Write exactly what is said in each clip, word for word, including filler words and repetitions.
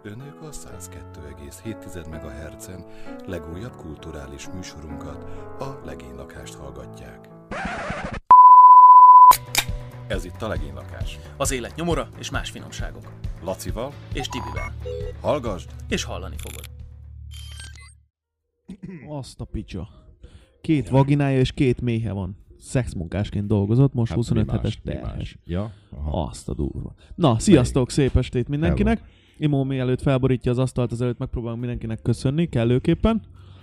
Önök a száz kettő egész hét megahertzen legújabb kulturális műsorunkat, a Legénylakást hallgatják. Ez itt a Legénylakás. Az élet nyomora és más finomságok. Lacival és Tibivel. Hallgasd és hallani fogod. Azt a picsa. Két vaginája és két méhe van. Szexmunkásként dolgozott, most hát huszonöt hetes terhes. Ja, aha. Azt a durva. Na, sziasztok, szép estét mindenkinek. Imó mielőtt felborítja az asztalt, azelőtt megpróbálunk mindenkinek köszönni kellőképpen.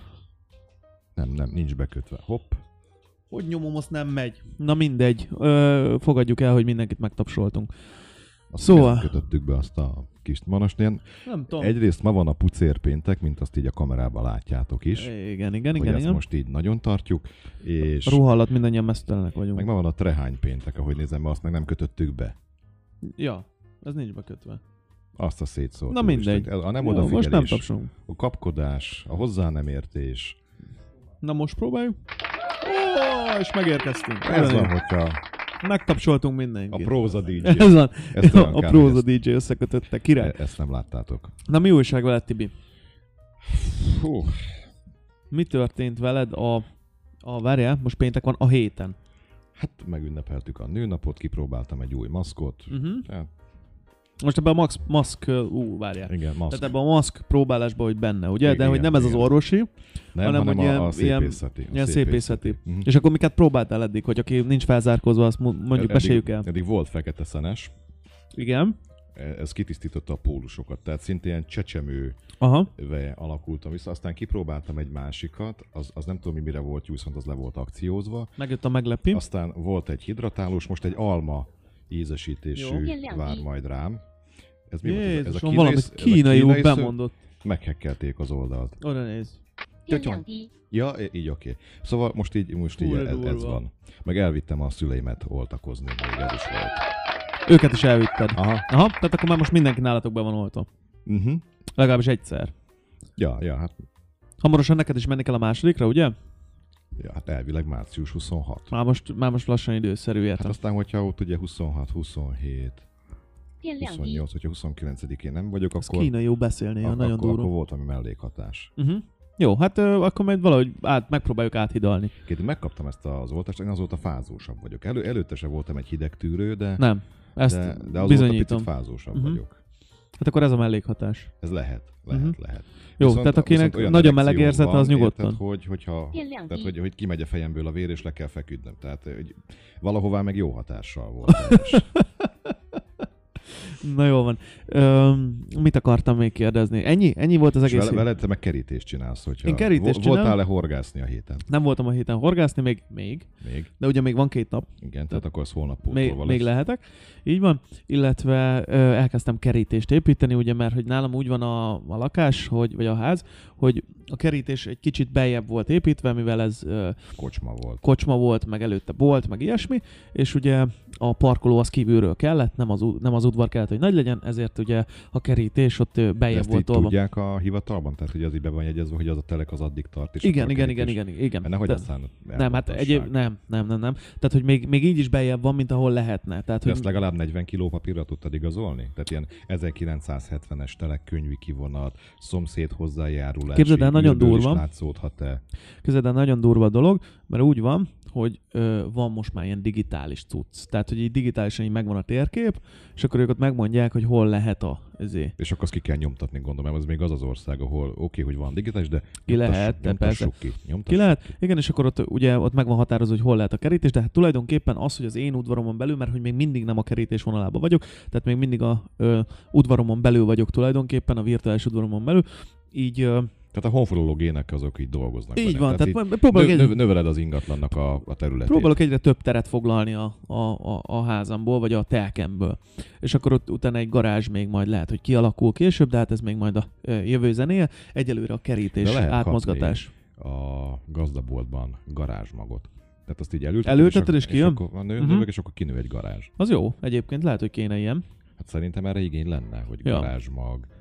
Nem, nem, nincs bekötve. Hopp. Hogy nyomom, azt nem megy. Na mindegy. Ö, fogadjuk el, hogy mindenkit megtapsoltunk. Azt szóval... kötöttük be azt a kis most ilyen. Nem tudom. Egyrészt ma van a pucérpéntek, mint azt így a kamerában látjátok is. Igen, igen, hogy igen. ezt igen. most így nagyon tartjuk. És a ruha alatt mindannyian mesztelenek vagyunk. meg ma van a trehány péntek, ahogy nézem, mert azt meg nem kötöttük be. Ja, ez nincs bekötve. Azt a szétszórt. Na mindegy. A nem Jó, odafigyelés, most nem tapsolunk. a kapkodás, a hozzá nem értés. Na most próbáljuk. Ó, és megérkeztünk. Ez van, hogyha megtapsoltunk mindenkit. a próza dé dzsé. Ez van. Ezt a a próza dé dzsé összekötötte. Király. E- ezt nem láttátok. Na mi újság veled, Tibi? Hú. Mi történt veled a... a várjál, most péntek van, a héten. Hát megünnepeltük a nőnapot, kipróbáltam egy új maszkot. Uh-huh. Hát, Most ebben a max, maszk... Ú, várjál. igen, maszk. Tehát ebben a maszk próbálásban, hogy benne, ugye? Igen, De hogy nem ez az igen. orvosi, nem, hanem, hanem hogy a, ilyen- a szépészeti. ilyen, a ilyen szépészeti. Uh-huh. És akkor miket próbáltál eddig, hogy aki nincs felzárkózva, azt mo- mondjuk meséljük el. Eddig volt fekete szenes, Igen. ez kitisztította a pólusokat, tehát szinte ilyen csecsemő Aha. veje alakultam vissza. Aztán kipróbáltam egy másikat, az, az nem tudom, mi mire volt jó, viszont az le volt akciózva. Megjött a meglepi. Aztán volt egy hidratálós, most egy alma ízesítésű Jó. vár majd rám. Ez mi volt? Ez a- ez a Jézusom, kínai- valamit ez a kínaiul kínai szöv- bemondott. Meghekkelték az oldalt. Oda néz. 电量低， Ja, így oké. Okay. Szóval most így, most így Hú, ez, ez durva. van. Meg elvittem a szüleimet oltakozni, még ez is volt. Őket is elvitted. Aha. Aha, tehát akkor már most mindenki nálatok be van oltva. Uh-huh. Legalábbis egyszer. Ja, ja, hát, Hamarosan neked is menni kell a másodikra, ugye? ja, hát elvileg március huszonhat. Már most, már most lassan időszerű, Hát értem. aztán, hogyha ott ugye huszonhat, huszonhét, 电量低， huszonnyolc, hogyha huszonkilencedikén nem vagyok, Ez akkor, kínai jó beszélni, ak- nagyon akkor, durva. akkor volt valami mellékhatás. Uh-huh. Jó, hát ö, akkor majd valahogy át, megpróbáljuk áthidalni. Két, megkaptam ezt az oltást, én azóta fázósabb vagyok. Elő, előtte se voltam egy hidegtűrő, de, Nem, ezt de, de azóta bizonyítom. picit fázósabb Mhm. vagyok. Hát akkor ez a mellékhatás. Ez lehet, lehet, Mhm. lehet. Jó, Viszont- tehát akinek viszont olyan nagy a meleg erekció érzete, van, az nyugodtan. Érted, hogy, hogyha, 电量 tehát, 低， hogy, hogy kimegy a fejemből a vér, és le kell feküdnöm. Tehát hogy valahová meg jó hatással volt. És Na jól van. Öm, mit akartam még kérdezni? Ennyi? Ennyi volt az egész vele, hét? veled te meg kerítést csinálsz, hogyha Én kerítést vo- csinálom. voltál-e horgászni a héten? Nem voltam a héten horgászni, még, még. Még? De ugye még van két nap. Igen, tehát akkor az holnap Még, pótolva még lesz. lehetek. Így van. Illetve ö, elkezdtem kerítést építeni, ugye, mert hogy nálam úgy van a, a lakás, hogy, vagy a ház, hogy a kerítés egy kicsit beljebb volt építve, mivel ez ö, Kocsma volt. kocsma volt, meg előtte bolt, meg ilyesmi, és ugye a parkoló az kívülről kellett, nem az, u- nem az udvar kellett, hogy nagy legyen, ezért ugye a kerítés ott ö, De beljebb ezt így volt tolva. tudják a hivatalban? Tehát, hogy az így be van jegyezve, hogy az a telek az addig tart. És Igen, akkor a igen, igen, kerítés- igen, igen. Mert nehogy De- aztán Nem, hát elmondassák. egyéb, nem, nem, nem, nem. Tehát, hogy még, még így is beljebb van, mint ahol lehetne. Tehát, De hogy ezt legalább negyven kiló papírra tudtad igazolni? Tehát ilyen ezerkilencszázhetvenes telek, könyvi kivonat, szomszéd hozzájárulás. Képzeld el, nagyon ülőből is durva. látszódhat-e? közben nagyon durva dolog, mert úgy van, hogy ö, van most már ilyen digitális cucc. Tehát, hogy így digitálisan így megvan a térkép, és akkor ők ott megmondják, hogy hol lehet a ezé. És akkor azt ki kell nyomtatni, gondolom, mert ez még az az ország, ahol oké, okay, hogy van digitális, de Ki nyomtassuk- lehet, de nyomtassuk persze. ki. Nyomtassuk Ki lehet? Igen, és akkor ott ugye ott meg van határozva, hogy hol lehet a kerítés, de hát tulajdonképpen az, hogy az én udvaromon belül, mert hogy még mindig nem a kerítés vonalában vagyok, tehát még mindig a ö, udvaromon belül vagyok tulajdonképpen, a virtuális udvaromon belül, így ö, Tehát a honfoglaló gének azok így dolgoznak. így benne. van, tehát, így tehát próbálok, nö- egy, nö- növeled az ingatlannak a, a területét. próbálok egyre több teret foglalni a, a, a, a házamból, vagy a telkemből. És akkor ott utána egy garázs még majd lehet, hogy kialakul később, de hát ez még majd a ö, jövő zenéje. Egyelőre a kerítés, De lehet átmozgatás. a gazdaboltban garázsmagot. Tehát azt így elülteted, Elülteted, és ak- kijön? akkor nő, Mhm. növök, és akkor kinő egy garázs. Az jó, egyébként lehet, hogy kéne ilyen. Hát szerintem erre igény lenne, hogy Ja. garázsmag,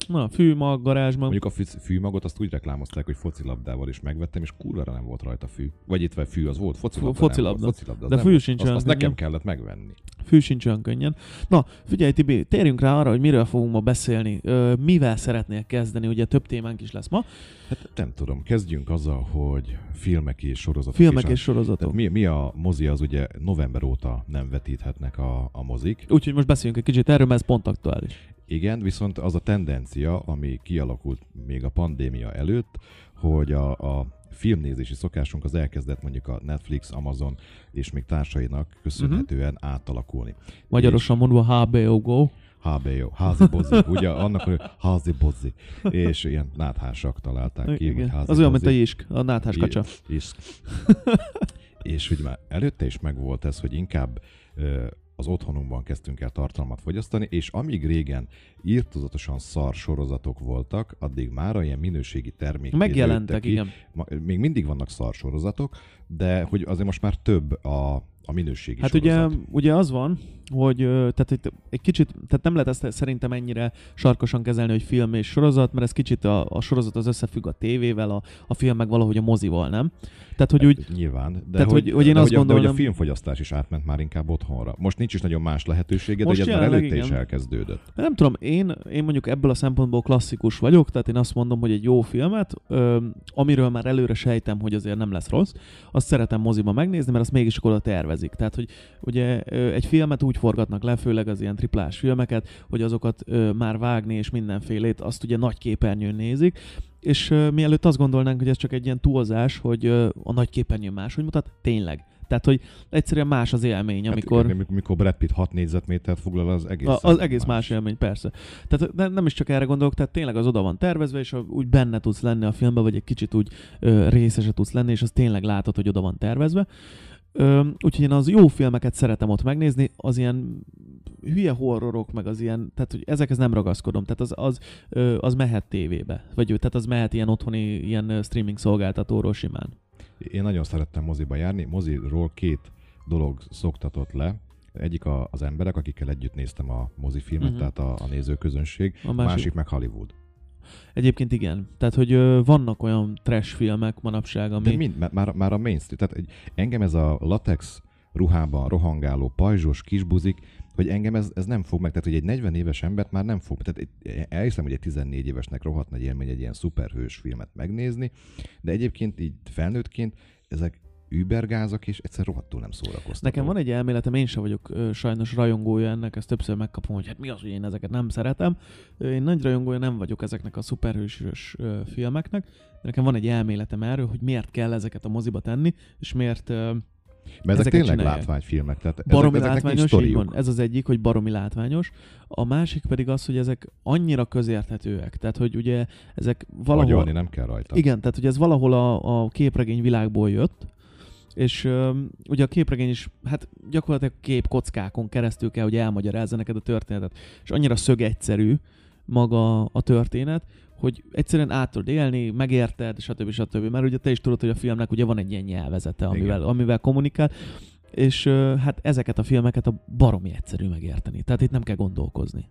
Na, fűmag, garázsmag. Mondjuk a fű, fűmagot azt úgy reklámozták, hogy focilabdával is megvettem, és kurvára nem volt rajta fű. Vagy itt vagy fű, az volt focilabda. Focilabda. Nem, focilabda De fű sincs azt, olyan azt nekem kellett megvenni. Fű sincs olyan könnyen. Na, figyelj Tibi, térjünk rá arra, hogy miről fogunk ma beszélni. Ö, mivel szeretnél kezdeni? Ugye több témánk is lesz ma. Hát nem tudom, kezdjünk azzal, hogy filmek és sorozatok. Filmek és, és sorozatok. Mi, mi a mozi, az ugye november óta nem vetíthetnek a, a mozik. Úgyhogy most beszéljünk egy kicsit erről, mert ez pont aktuális. Igen, viszont az a tendencia, ami kialakult még a pandémia előtt, hogy a, a filmnézési szokásunk az elkezdett mondjuk a Netflix, Amazon és még társainak köszönhetően uh-huh. átalakulni. Magyarosan mondva há bé o Go. há bé o, házi bozi, ugye annak, hogy házi bozi. És ilyen náthásak találták ki, hogy házi az olyan, bozi. mint a jisk, a náthás kacsa. Jisk. És hogy már előtte is megvolt ez, hogy inkább ö, az otthonunkban kezdtünk el tartalmat fogyasztani, és amíg régen írtozatosan szar sorozatok voltak, addig már ilyen minőségi termékek megjelentek, igen. Ma, még mindig vannak szar sorozatok, de hogy azért most már több a, a minőségi hát sorozat. ugye, ugye az van, hogy tehát egy, egy kicsit, tehát nem lehet ezt szerintem ennyire sarkosan kezelni, hogy film és sorozat, mert ez kicsit a, a sorozat az összefügg a tévével, a, a film meg valahogy a mozival, nem? Tehát, hogy úgy... Nyilván, de, tehát, hogy, hogy, hogy én de, azt hogy, gondolom... de hogy a filmfogyasztás is átment már inkább otthonra. Most nincs is nagyon más lehetősége, most de ez már előtte igen. is elkezdődött. Nem tudom, én, én mondjuk ebből a szempontból klasszikus vagyok, tehát én azt mondom, hogy egy jó filmet, ö, amiről már előre sejtem, hogy azért nem lesz rossz, azt szeretem moziba megnézni, mert azt mégis oda tervezik. Tehát, hogy ugye ö, egy filmet úgy forgatnak le, főleg az ilyen triplás filmeket, hogy azokat ö, már vágni és mindenfélét, azt ugye nagy képernyőn nézik, és uh, mielőtt azt gondolnánk, hogy ez csak egy ilyen túlzás, hogy uh, a nagy képernyőn máshogy mutat, tényleg. Tehát, hogy egyszerűen más az élmény, amikor... Hát igen, amikor Brad Pitt hat négyzetmétert foglal, az egész... A, az egész más. más élmény, persze. Tehát ne, nem is csak erre gondolok, tehát tényleg az oda van tervezve, és úgy benne tudsz lenni a filmben, vagy egy kicsit úgy uh, részese tudsz lenni, és az tényleg látod, hogy oda van tervezve. Uh, úgyhogy én az jó filmeket szeretem ott megnézni, az ilyen hülye horrorok, meg az ilyen, tehát hogy ezekhez nem ragaszkodom, tehát az, az, az mehet tévébe, vagy tehát az mehet ilyen otthoni, ilyen streaming szolgáltatóról simán. Én nagyon szerettem moziba járni, moziról két dolog szoktatott le. Egyik a, az emberek, akikkel együtt néztem a mozifilmet, uh-huh. tehát a, a nézőközönség, a másik, másik meg Hollywood. Egyébként igen. Tehát, hogy ö, vannak olyan trash filmek manapság, ami... De mind, már, már a mainstream, tehát egy, engem ez a latex ruhában rohangáló pajzsos kisbuzik, hogy engem ez, ez nem fog meg, tehát hogy egy negyven éves embert már nem fog, tehát elhiszem, hogy egy tizennégy évesnek rohadt nagy élmény egy ilyen szuperhős filmet megnézni, de egyébként így felnőttként ezek übergázak, és egyszer rohadtul nem szórakoztató. Nekem van egy elméletem, én sem vagyok ö, sajnos rajongója ennek, ezt többször megkapom, hogy hát mi az, hogy én ezeket nem szeretem. Én nagy rajongója nem vagyok ezeknek a szuperhősös ö, filmeknek, de nekem van egy elméletem erről, hogy miért kell ezeket a moziba tenni, és miért... Ö, Mert ezek tényleg csinálják. látványfilmek, tehát baromi ezek, látványos, így van. Ez az egyik, hogy baromi látványos. A másik pedig az, hogy ezek annyira közérthetőek. Tehát, hogy ugye ezek valahol... Agyalni nem kell rajta. Igen, tehát hogy ez valahol a, a képregény világból jött, és um, ugye a képregény is, hát gyakorlatilag képkockákon keresztül kell, hogy elmagyarázza neked a történetet. És annyira szögegyszerű maga a történet, hogy egyszerűen át tudod élni, megérted, stb. stb. Mert ugye te is tudod, hogy a filmnek ugye van egy ilyen nyelvezete, amivel, amivel kommunikál, és uh, hát ezeket a filmeket a baromi egyszerű megérteni. Tehát itt nem kell gondolkozni.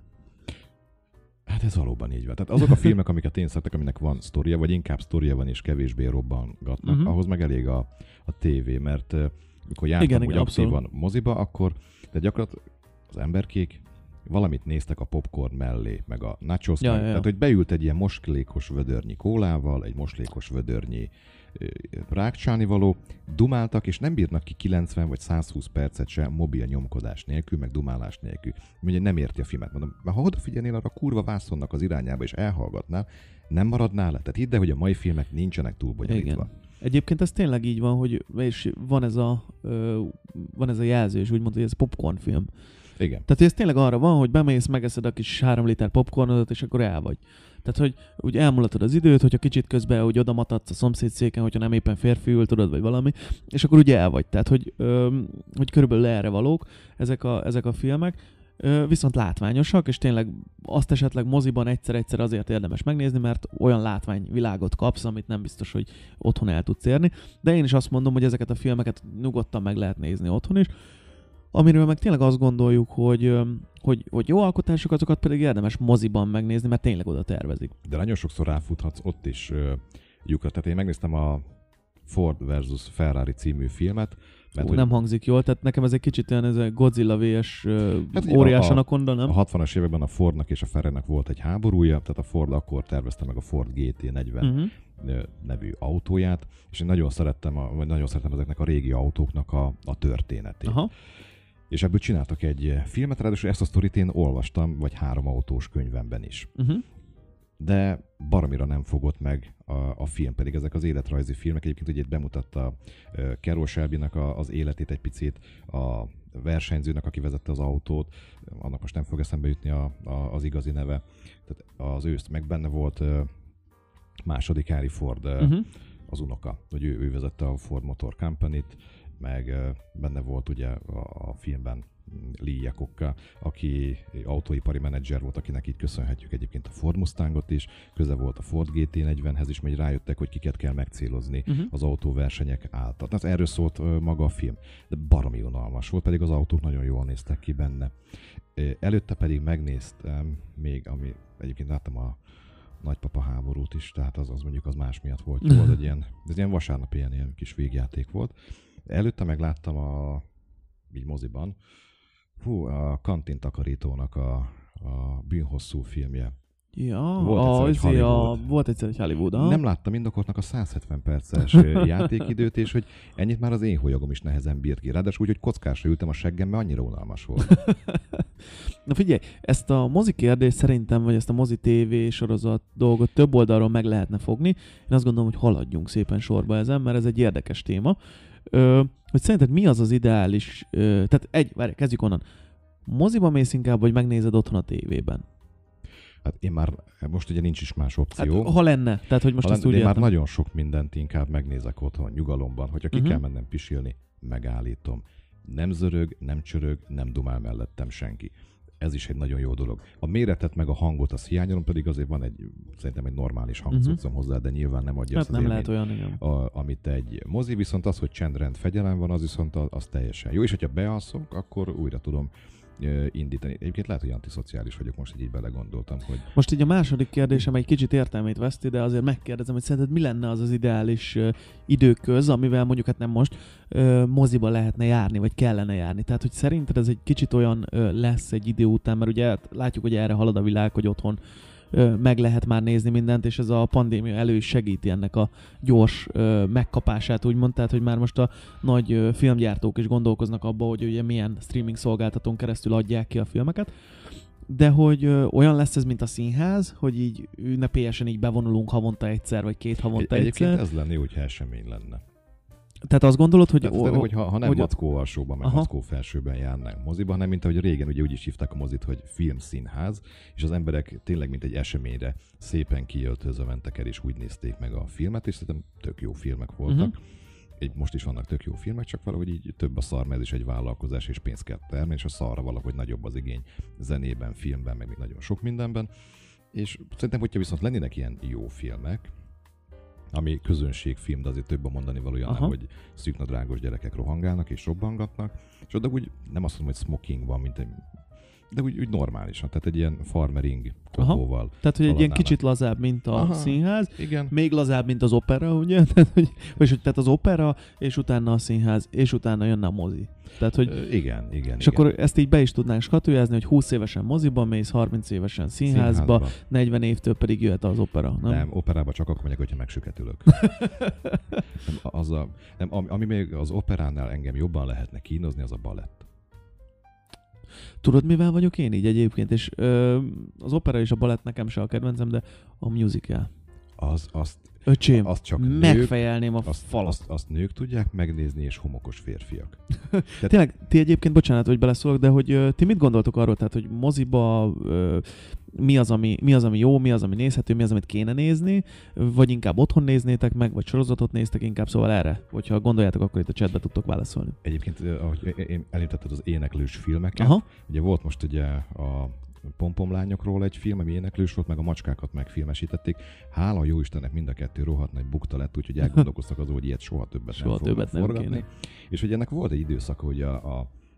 Hát ez valóban így van. Tehát azok a filmek, amiket én szeretek, aminek van sztoria, vagy inkább sztoria van és kevésbé robbangatnak, uh-huh. ahhoz meg elég a, a tévé, mert uh, mikor jártam igen, úgy igen, aktívan abszolút. moziba, akkor de gyakorlatilag az emberkék valamit néztek a popcorn mellé, meg a nachos, ja, meg, ja, ja. tehát hogy beült egy ilyen moslékos vödörnyi kólával, egy moslékos vödörnyi rákcsánivaló, dumáltak, és nem bírnak ki kilencven vagy százhúsz percet sem mobil nyomkodás nélkül, meg dumálás nélkül. Ugye nem érti a filmet, mondom, mert ha odafigyelnél arra a kurva vászonnak az irányába, és elhallgatnál, nem maradnál le. Tehát hidd el, hogy a mai filmek nincsenek túl bonyolítva. Egyébként ez tényleg így van, hogy és van ez a, ö, van ez a jelzés, úgymond, hogy ez popcorn film. Igen. Tehát ez tényleg arra van, hogy bemész, megeszed a kis három liter popcornodat, és akkor el vagy. Tehát, hogy úgy elmulatod az időt, hogyha kicsit közben úgy odamatadsz a szomszédszéken, hogyha nem éppen férfi ül, tudod, vagy valami, és akkor ugye el vagy. Tehát, hogy, ö, hogy körülbelül erre valók ezek a, ezek a filmek, ö, viszont látványosak, és tényleg azt esetleg moziban egyszer-egyszer azért érdemes megnézni, mert olyan látványvilágot kapsz, amit nem biztos, hogy otthon el tudsz érni. De én is azt mondom, hogy ezeket a filmeket nyugodtan meg lehet nézni otthon is. Amiről meg tényleg azt gondoljuk, hogy, ö, hogy, hogy jó alkotások, azokat pedig érdemes moziban megnézni, mert tényleg oda tervezik. De nagyon sokszor ráfuthatsz ott is uh, lyukra. Tehát én megnéztem a Ford versus Ferrari című filmet. Mert, Ó, hogy nem hangzik jól, tehát nekem ez egy kicsit olyan ez a Godzilla vs. hát óriás a, anakonda, nem? A hatvanas években a Fordnak és a Ferrarinek volt egy háborúja, tehát a Ford akkor tervezte meg a Ford gé té negyven uh-huh. nevű autóját, és én nagyon szerettem, a, vagy nagyon szerettem ezeknek a régi autóknak a, a történetét. Aha. És ebből csináltak egy filmet, ráadásul ezt a sztorit én olvastam, vagy három autós könyvemben is. Uh-huh. De baromira nem fogott meg a, a film, pedig ezek az életrajzi filmek. Egyébként ugye itt bemutatta uh, Carroll Shelby-nek a, az életét egy picit, a versenyzőnek, aki vezette az autót, annak most nem fog eszembe jutni a, a, az igazi neve. Tehát az őszt, meg benne volt uh, második Henry Ford, uh, uh-huh. az unoka, hogy ő, ő vezette a Ford Motor Company-t, meg uh, benne volt ugye a, a filmben Lee Iacocca, aki autóipari menedzser volt, akinek így köszönhetjük egyébként a Ford Mustangot is, köze volt a Ford gé té negyvenhez is, mert rájöttek, hogy kiket kell megcélozni uh-huh. az autóversenyek által. Tehát erről szólt uh, maga a film, de baromi unalmas volt, pedig az autók nagyon jól néztek ki benne. Előtte pedig megnéztem még, ami egyébként láttam a Nagypapa háborút is, tehát az, az mondjuk az más miatt volt jó, egy ilyen, ez ilyen vasárnapi ilyen, ilyen kis végjáték volt. Előtte megláttam a így moziban, hú, a Kantintakarítónak a, a bűnhosszú filmje. Ja, volt egyszer egy a, volt egyszer egy Hollywood. Ha? Nem láttam indokoltnak a száz hetven perces játékidőt, és hogy ennyit már az én hólyagom is nehezen bírt ki. Ráadásul úgy, hogy kockásra ültem a seggemmel, annyira unalmas volt. Na figyelj, ezt a mozi kérdést szerintem, vagy ezt a mozi tévé sorozat dolgot több oldalról meg lehetne fogni. Én azt gondolom, hogy haladjunk szépen sorba ezen, mert ez egy érdekes téma. Ö, hogy szerinted mi az az ideális, ö, tehát egy, várj, kezdjük onnan. Moziba mész inkább, vagy megnézed otthon a tévében? Hát én már, most ugye nincs is más opció. Hát, ha lenne, tehát hogy most ha ezt lenne, úgy én értem. már nagyon sok mindent inkább megnézek otthon, nyugalomban. Hogyha ki uh-huh. kell mennem pisilni, megállítom. Nem zörög, nem csörög, nem dumál mellettem senki. Ez is egy nagyon jó dolog. A méretet meg a hangot azt hiányolom, pedig azért van egy, szerintem egy normális hangcuccom uh-huh. hozzá, de nyilván nem adja hát ezt az nem lehet élményt, olyan, igen. A, amit egy mozi, viszont az, hogy csendrend, fegyelem van, az viszont az, az teljesen jó. És hogyha bealszok, akkor újra tudom uh, indítani. Egyébként lehet, hogy antiszociális vagyok, most így, így belegondoltam, hogy... Most így a második kérdésem egy kicsit értelmét veszti, de azért megkérdezem, hogy szerinted mi lenne az az ideális uh, időköz, amivel mondjuk hát nem most uh, moziba lehetne járni, vagy kellene járni. Tehát, hogy szerinted ez egy kicsit olyan uh, lesz egy idő után, mert ugye látjuk, hogy erre halad a világ, hogy otthon uh, meg lehet már nézni mindent, és ez a pandémia elő is segíti ennek a gyors uh, megkapását, úgymond. Tehát, hogy már most a nagy uh, filmgyártók is gondolkoznak abba, hogy ugye milyen streaming szolgáltatón keresztül adják ki a filmeket. De hogy ö, olyan lesz ez, mint a színház, hogy így ünnepélyesen így bevonulunk havonta egyszer, vagy két havonta Egy, egyszer. Egyébként ez lenni, hogyha esemény lenne. Tehát azt gondolod, hogy... Tehát, o, hogy ha, ha nem hogy mackó alsóban, meg aha. mackó felsőben járnánk moziba, hanem mint ahogy régen ugye úgy is hívták a mozit, hogy filmszínház, és az emberek tényleg mint egy eseményre szépen kiöltözve mentek el, és úgy nézték meg a filmet, és szerintem tök jó filmek voltak. Uh-huh. Így most is vannak tök jó filmek, csak valahogy így több a szar, mert ez is egy vállalkozás, és pénzt kell termelni, és a szarra valahogy nagyobb az igény zenében, filmben, meg még nagyon sok mindenben. És szerintem, hogyha viszont lennének ilyen jó filmek, ami közönségfilm, de azért több a mondani valójában, nem, hogy szűknadrágos gyerekek rohangálnak és robbangatnak, és oda úgy nem azt mondom, hogy smoking van, mint egy, de úgy, úgy normálisan, tehát egy ilyen farmering kombóval. Tehát, hogy egy ilyen kicsit lazább, mint a aha. színház, igen. Még lazább, mint az opera, ugye? Tehát, hogy, vagy, tehát az opera, és utána a színház, és utána jönne a mozi. Tehát, hogy, Ö, igen, igen. És igen. akkor ezt így be is tudnánk skatujázni, hogy húsz évesen moziban mész, harminc évesen színházba, színházba. negyven évtől pedig jöhet az opera, nem? Nem, operába csak akkor megyek, hogyha megsüketülök. nem, az a, nem, ami, ami még az operánál engem jobban lehetne kínozni, az a balett. Tudod, mivel vagyok én így egyébként? És ö, az opera és a balett nekem se a kedvencem, de a musical. Az, azt, Öcsém, azt csak megfejelném nők, a azt, falat. Azt, azt nők tudják megnézni, és homokos férfiak. Tehát... Tényleg, ti egyébként, bocsánat, hogy beleszólok, de hogy ö, ti mit gondoltok arról, tehát, hogy moziba ö, mi, az, ami, mi az, ami jó, mi az, ami nézhető, mi az, amit kéne nézni, vagy inkább otthon néznétek meg, vagy sorozatot néztek inkább, szóval erre, hogyha gondoljátok, akkor itt a chatbe tudtok válaszolni. Egyébként, ahogy én említetted az éneklős filmeket, aha. ugye volt most ugye a Pompomlányokról egy film, ami éneklős volt, meg a macskákat megfilmesítették. Hála a jó Istennek mind a kettő rohadt nagy bukta lett, úgyhogy elgondolkoztak azon, hogy ilyet soha többet soha nem többet fognak forgatni. És hogy ennek volt egy időszaka, hogy a, a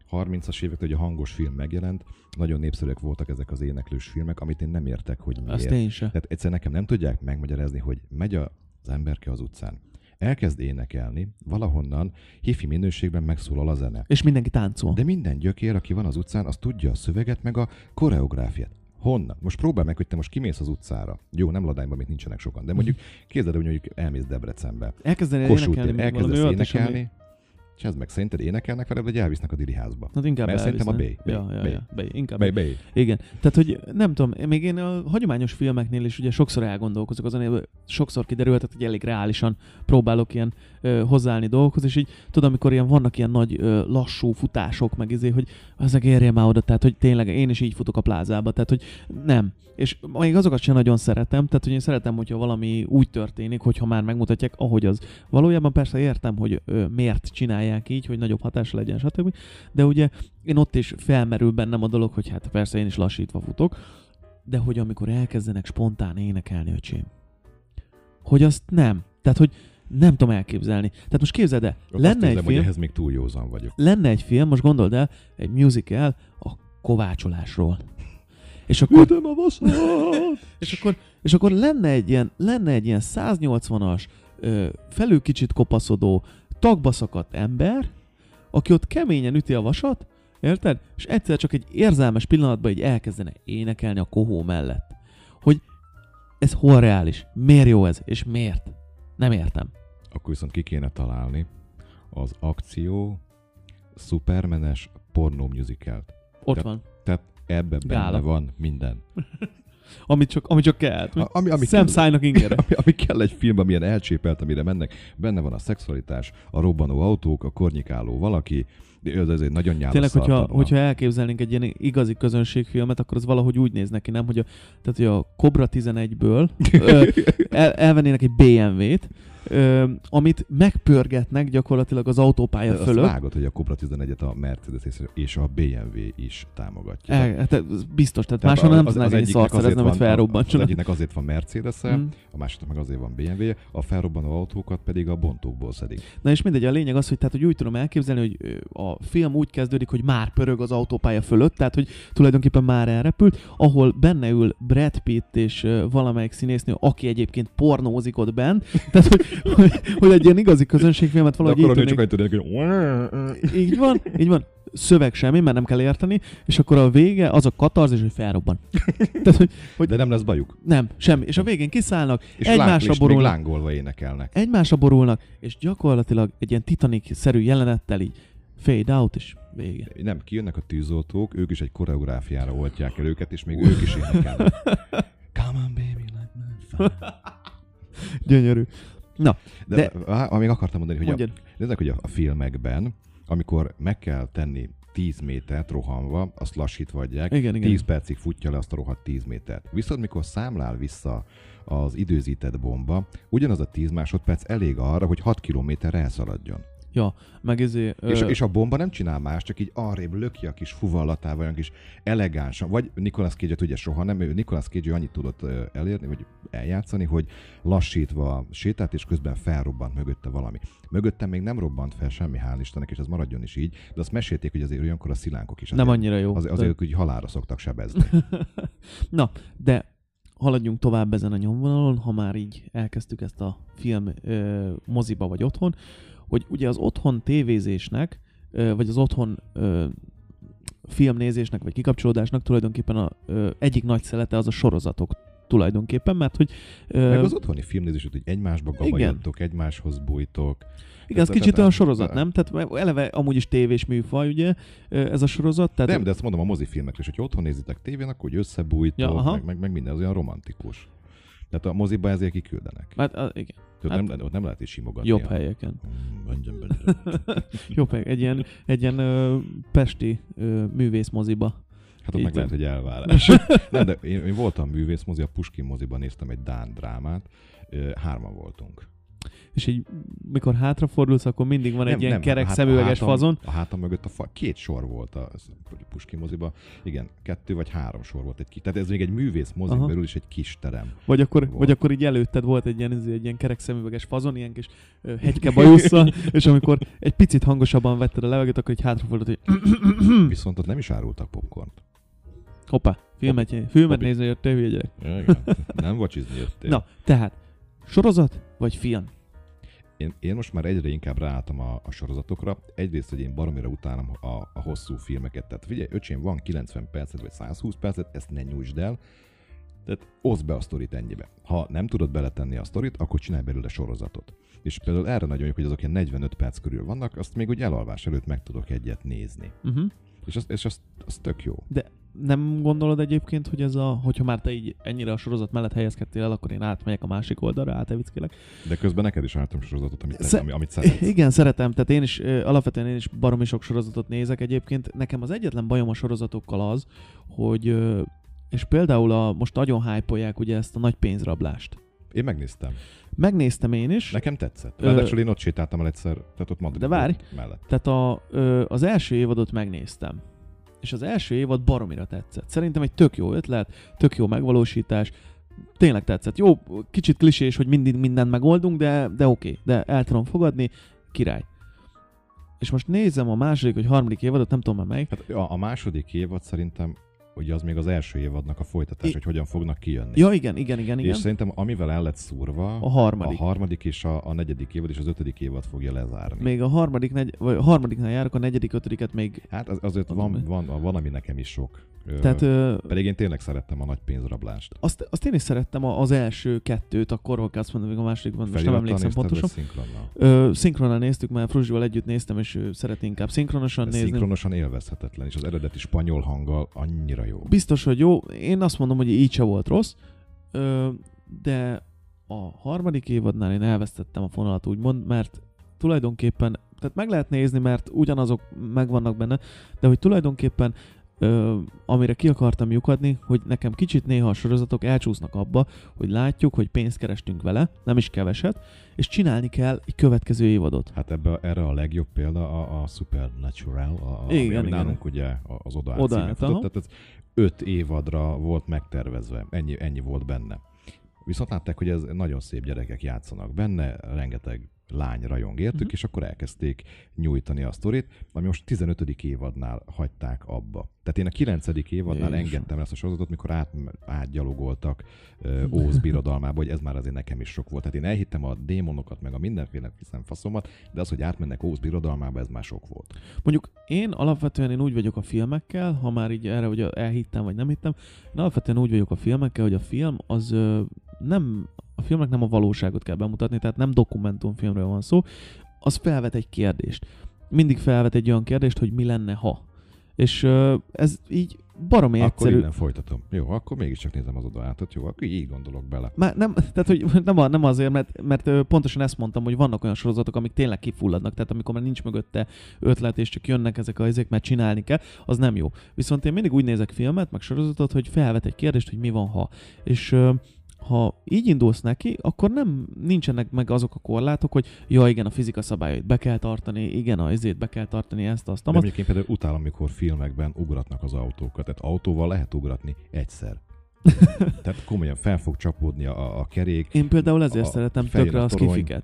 harmincas évek, hogy a hangos film megjelent, nagyon népszerűek voltak ezek az éneklős filmek, amit én nem értek, hogy miért. Azt én sem. Tehát egyszer nekem nem tudják megmagyarázni, hogy megy az emberke az utcán, elkezd énekelni, valahonnan hifi minőségben megszólal a zene. És mindenki táncol. De minden gyökér, aki van az utcán, az tudja a szöveget, meg a koreográfiát. Honnan? Most próbálj meg, hogy te most kimész az utcára. Jó, nem Ladányban, mint nincsenek sokan, de mondjuk képzeld, hogy mondjuk elmész Debrecenbe. Elkezdenél Kossuth énekelni, tér, még valami elkezdesz olyat is, ami- énekelni, és ez meg szerinted énekelnek veled, vagy elvisznek a diriházba? Hát inkább Mert szerintem a elvisznek. B. B. Ja, ja, B. ja. B. Inkább Bej, bej. Igen. Tehát, hogy nem tudom, még én a hagyományos filmeknél is ugye sokszor elgondolkozok azon, hogy sokszor kiderült, hogy elég reálisan próbálok ilyen ö, hozzáállni dolgokhoz, és így tudom, amikor ilyen vannak ilyen nagy ö, lassú futások, meg izé, hogy ezek érje már oda, tehát, hogy tényleg én is így futok a plázába, tehát, hogy nem. És még azokat sem nagyon szeretem, tehát, hogy én szeretem, hogyha valami úgy történik, hogyha már megmutatják, ahogy az. Valójában persze értem, hogy ö, miért csinálják így, hogy nagyobb hatása legyen, stb. De ugye én ott is felmerül bennem a dolog, hogy hát persze én is lassítva futok, de hogy amikor elkezdenek spontán énekelni, öcsém, hogy azt nem. Tehát, hogy nem tudom elképzelni. Tehát most képzeld el, Azt lenne egy érzem, hogy film, ehhez még túl józan vagyok. lenne egy film, most gondold el, egy musical a kovácsolásról. És akkor, és akkor, és akkor lenne egy ilyen, lenne egy ilyen száznyolcvanas, ö, felül kicsit kopaszodó, tagba szakadt ember, aki ott keményen üti a vasat, érted? És egyszer csak egy érzelmes pillanatban így elkezdene énekelni a kohó mellett. Hogy ez hol reális? Miért jó ez? És miért? Nem értem. Akkor viszont ki kéne találni az akció szupermenes pornó musicalt. Ott Te- van. Tehát ebben benne Gála. van minden. Amit csak, amit csak kell. A- ami, ami Szemszájnak ingere. Ami, ami kell egy filmben, milyen elcsépelt, amire mennek. Benne van a szexualitás, a robbanó autók, a kornyikáló valaki, de ez egy nagyon nyálas Tényleg, hogyha, szartartalom. hogyha elképzelnénk egy ilyen igazi közönségfilmet, akkor az valahogy úgy néz neki, nem? Hogy a, tehát, hogy a Cobra tizenegyből ö, el, elvennének egy bé em vét, ö, amit megpörgetnek gyakorlatilag az autópálya De azt fölött. vágod, hogy a Cobra tizenegyet a Mercedes és a bé em vé is támogatja. El, hát ez biztos, tehát, Tehát máshol nem az- tudnák az egy egyiknek szart szerezni, azért amit van- Az felrobbantsanak. egyiknek azért van Mercedes-e, Mm. a másiknak meg azért van bé em vé, a felrobbanó autókat pedig a bontókból szedik. Na és mindegy, a lényeg az, hogy, tehát, hogy úgy tudom elképzelni, hogy ö, a film úgy kezdődik, hogy már pörög az autópálya fölött, tehát hogy tulajdonképpen már elrepült, ahol benne ül Brad Pitt és ö, valamelyik színésznő, aki egyébként pornózik ott benn, tehát hogy, hogy, hogy egy ilyen igazi közönségfilmet De valahogy akkor így a nő csak tudnék. annyit tudnék, hogy Így van, így van. Szöveg semmi, mert nem kell érteni, és akkor a vége az a katarzis, hogy felrobban. Tehát, hogy, hogy de nem lesz bajuk. nem, semmi. És a végén kiszállnak, És, egymásra láng, és még borulnak, lángolva énekelnek. egymásra borulnak, és gyakorlatilag egy ilyen Titanic-szerű jelenettel így fade out, és vége. Nem, kijönnek a tűzoltók, ők is egy koreográfiára oltják el őket, és még ők is énekelnek. Come on baby, like my fire. Gyönyörű. Na, De, De- de amíg akartam mondani, hogy a, mondjad. nézzek, hogy a, a filmekben, amikor meg kell tenni tíz métert rohanva, azt lassítva adják, Igen, igen. tíz percig futja le azt a rohadt tíz métert. Viszont mikor számlál vissza az időzített bomba, ugyanaz a tíz másodperc elég arra, hogy hat kilométerre elszaladjon. Ja, meg ezé... És, ö, és a bomba nem csinál más, csak így arrébb löki a kis fuvallatával, olyan kis elegánsan. Vagy Nicolas Cage-et ugye soha nem, ő Nicolas Cage annyit tudott ö, elérni, vagy eljátszani, hogy lassítva sétált, és közben felrobbant mögötte valami. Mögöttem még nem robbant fel semmi, hál' Istennek, és ez maradjon is így, de azt mesélték, hogy azért olyankor a szilánkok is nem azért, annyira jó. azért, azért hogy halálra szoktak sebezni. Na, de haladjunk tovább ezen a nyomvonalon, ha már így elkezdtük ezt a film ö, moziba vagy otthon, hogy ugye az otthon tévézésnek, ö, vagy az otthon ö, filmnézésnek, vagy kikapcsolódásnak tulajdonképpen a ö, egyik nagy szelete az a sorozatok tulajdonképpen, mert hogy... Ö, Meg az otthoni filmnézés, hogy egymásba gabajodtok, egymáshoz bújtok. igen, ez Tehát- kicsit tehát- olyan sorozat, nem? Tehát eleve amúgy is tévés műfaj, ugye, ö, ez a sorozat. Tehát Nem, de ezt mondom a mozifilmekre, és hogyha otthon nézitek tévén, akkor hogy összebújtok, Ja, aha. meg, meg, meg minden, az olyan romantikus. Tehát a moziba ezért kiküldenek. Hát, a, igen, Tehát hát- nem, ott nem lehet is simogatni. jobb a- helyeken. Mm, mondjam bele. Jobb hely, egy ilyen, egy ilyen ö, pesti ö, művészmoziba. Hát ott Így meg van. lehet, hogy elvárás. Nem, de én, én voltam művészmozi, a Puskin moziban néztem egy dán drámát, Ö, hárman voltunk. És így, mikor hátrafordulsz, akkor mindig van egy Nem, ilyen nem, kerek hát szemüveges a hátam, fazon. A hátam mögött a fa, két sor volt a Puskin moziba. Igen, kettő vagy három sor volt. Egy kis, tehát ez még egy művész mozin Aha. belül is egy kis terem. Vagy akkor, volt. vagy akkor így előtted volt egy ilyen, egy ilyen kerek szemüveges fazon, ilyen kis ö, hegyke bajusszal, és amikor egy picit hangosabban vetted a levegőt, akkor így hátrafordult, hogy Viszont ott nem is árultak popcornt. hoppá, filmet, filmet Hobbi. nézni jöttél, hülye gyerek. Ja, igen. Nem vacsizni jöttél. Na, tehát, sorozat vagy film? Én, én most már egyre inkább ráálltam a, a sorozatokra. Egyrészt, hogy én baromira utálom a, a hosszú filmeket. Tehát figyelj, öcsém, van kilencven percet vagy száz húsz percet, ezt ne nyújtsd el. Tehát oszd be a sztorit ennyibe. Ha nem tudod beletenni a sztorit, akkor csinálj belőle sorozatot. És például erre nagyon jó, hogy azok ilyen negyvenöt perc körül vannak, azt még úgy elalvás előtt meg tudok egyet nézni. Uh-huh. És az, és az, az tök jó. De nem gondolod egyébként, hogy ez a, hogyha már te így ennyire a sorozat mellett helyezkedtél el, akkor én átmegyek a másik oldalra, átevickélek. De közben neked is álltam sorozatot, amit, Sze- ami, amit szeretsz. Igen, szeretem. Tehát én is, ö, alapvetően én is baromi sok sorozatot nézek egyébként. Nekem az egyetlen bajom a sorozatokkal az, hogy, ö, és például a, most nagyon hype-olják ugye ezt a nagy pénzrablást. Én megnéztem. Megnéztem én is. Nekem tetszett. Ö- Ráadásul én ott sétáltam el egyszer, tehát ott Madrid De várj. mellett. Tehát a, ö, az első évadot megnéztem. És az első évad baromira tetszett. Szerintem egy tök jó ötlet, tök jó megvalósítás. Tényleg tetszett. Jó, kicsit klisés, hogy mindig mindent megoldunk, de, de oké. Okay. De el tudom fogadni. Király. És most nézem a második vagy harmadik évadot, nem tudom már melyik. Hát a, a második évad szerintem, ugye az még az első évadnak a folytatás, I- hogy hogyan fognak kijönni. Ja, igen, igen, igen, igen. És szerintem amivel el lett szúrva, A harmadik. a harmadik és a, a negyedik évad és az ötödik évad fogja lezárni. Még a harmadik, negy, vagy a harmadiknál járok, a negyedik, ötödiket még... Hát az, azért Mondom, van, mi? van, van, ami nekem is sok. Ö, Tehát ö, Pedig én tényleg szerettem a nagy pénzrablást. azt, azt én is szerettem a- az első kettőt, akkor hogy azt mondom, még a másodikban, most nem emlékszem pontosan. Szinkronnal? Ö, szinkronnal néztük, mert Fruzsival együtt néztem, és ő szeret inkább szinkronosan nézni. Szinkronosan élvezhetetlen, és az eredeti spanyol hanggal annyira jó. Biztos, hogy jó. Én azt mondom, hogy így se volt rossz, ö, de a harmadik évadnál én elvesztettem a fonalat, úgymond, mert tulajdonképpen, tehát meg lehet nézni, mert ugyanazok megvannak benne, de hogy tulajdonképpen Ö, amire ki akartam lyukadni, hogy nekem kicsit néha a sorozatok elcsúsznak abba, hogy látjuk, hogy pénzt kerestünk vele, nem is keveset, és csinálni kell egy következő évadot. Hát ebbe, erre a legjobb példa a, a Supernatural, a, Igen, ami, ami igen. nálunk ugye az Oda Oda címen át, futott, aha. tehát ez öt évadra volt megtervezve, ennyi, ennyi volt benne. Viszont látták, hogy ez nagyon szép gyerekek játszanak benne, rengeteg lány rajong értük, Mhm. és akkor elkezdték nyújtani a sztorit, ami most tizenötödik évadnál hagyták abba. Tehát én a kilencedik évadnál Jézusom. engedtem ezt a sorozatot, mikor át, átgyalogoltak uh, Óz birodalmába, hogy ez már azért nekem is sok volt. Tehát én elhittem a démonokat, meg a mindenféle faszomat, de az, hogy átmennek Óz birodalmába, ez már sok volt. Mondjuk én alapvetően én úgy vagyok a filmekkel, ha már így erre, hogy elhittem vagy nem hittem, én alapvetően úgy vagyok a filmekkel, hogy a film az ö, nem, a filmnek nem a valóságot kell bemutatni, tehát nem dokumentumfilmről van szó, az felvet egy kérdést. Mindig felvet egy olyan kérdést, hogy mi lenne, ha. És ö, ez így baromi Akkor egyszerű. innen folytatom. Jó, akkor mégiscsak nézem az Oda átot, jó, akkor így gondolok bele. Már nem, tehát, hogy nem, a, nem azért, mert, mert ö, pontosan ezt mondtam, hogy vannak olyan sorozatok, amik tényleg kifulladnak, tehát amikor már nincs mögötte ötlet, és csak jönnek ezek a izék, mert csinálni kell, az nem jó. Viszont én mindig úgy nézek filmet, meg sorozatot, hogy felvet egy kérdést, hogy mi van, ha. És ö, ha így indulsz neki, akkor nem nincsenek meg azok a korlátok, hogy ja, igen, a fizika szabályait be kell tartani, igen, a izét be kell tartani, ezt, azt, De azt. mondjuk én például utálom, amikor filmekben ugratnak az autókat. Tehát autóval lehet ugratni egyszer. Tehát komolyan fel fog csapódni a, a kerék. Én például ezért a szeretem fején tökre a a torony. skifiket.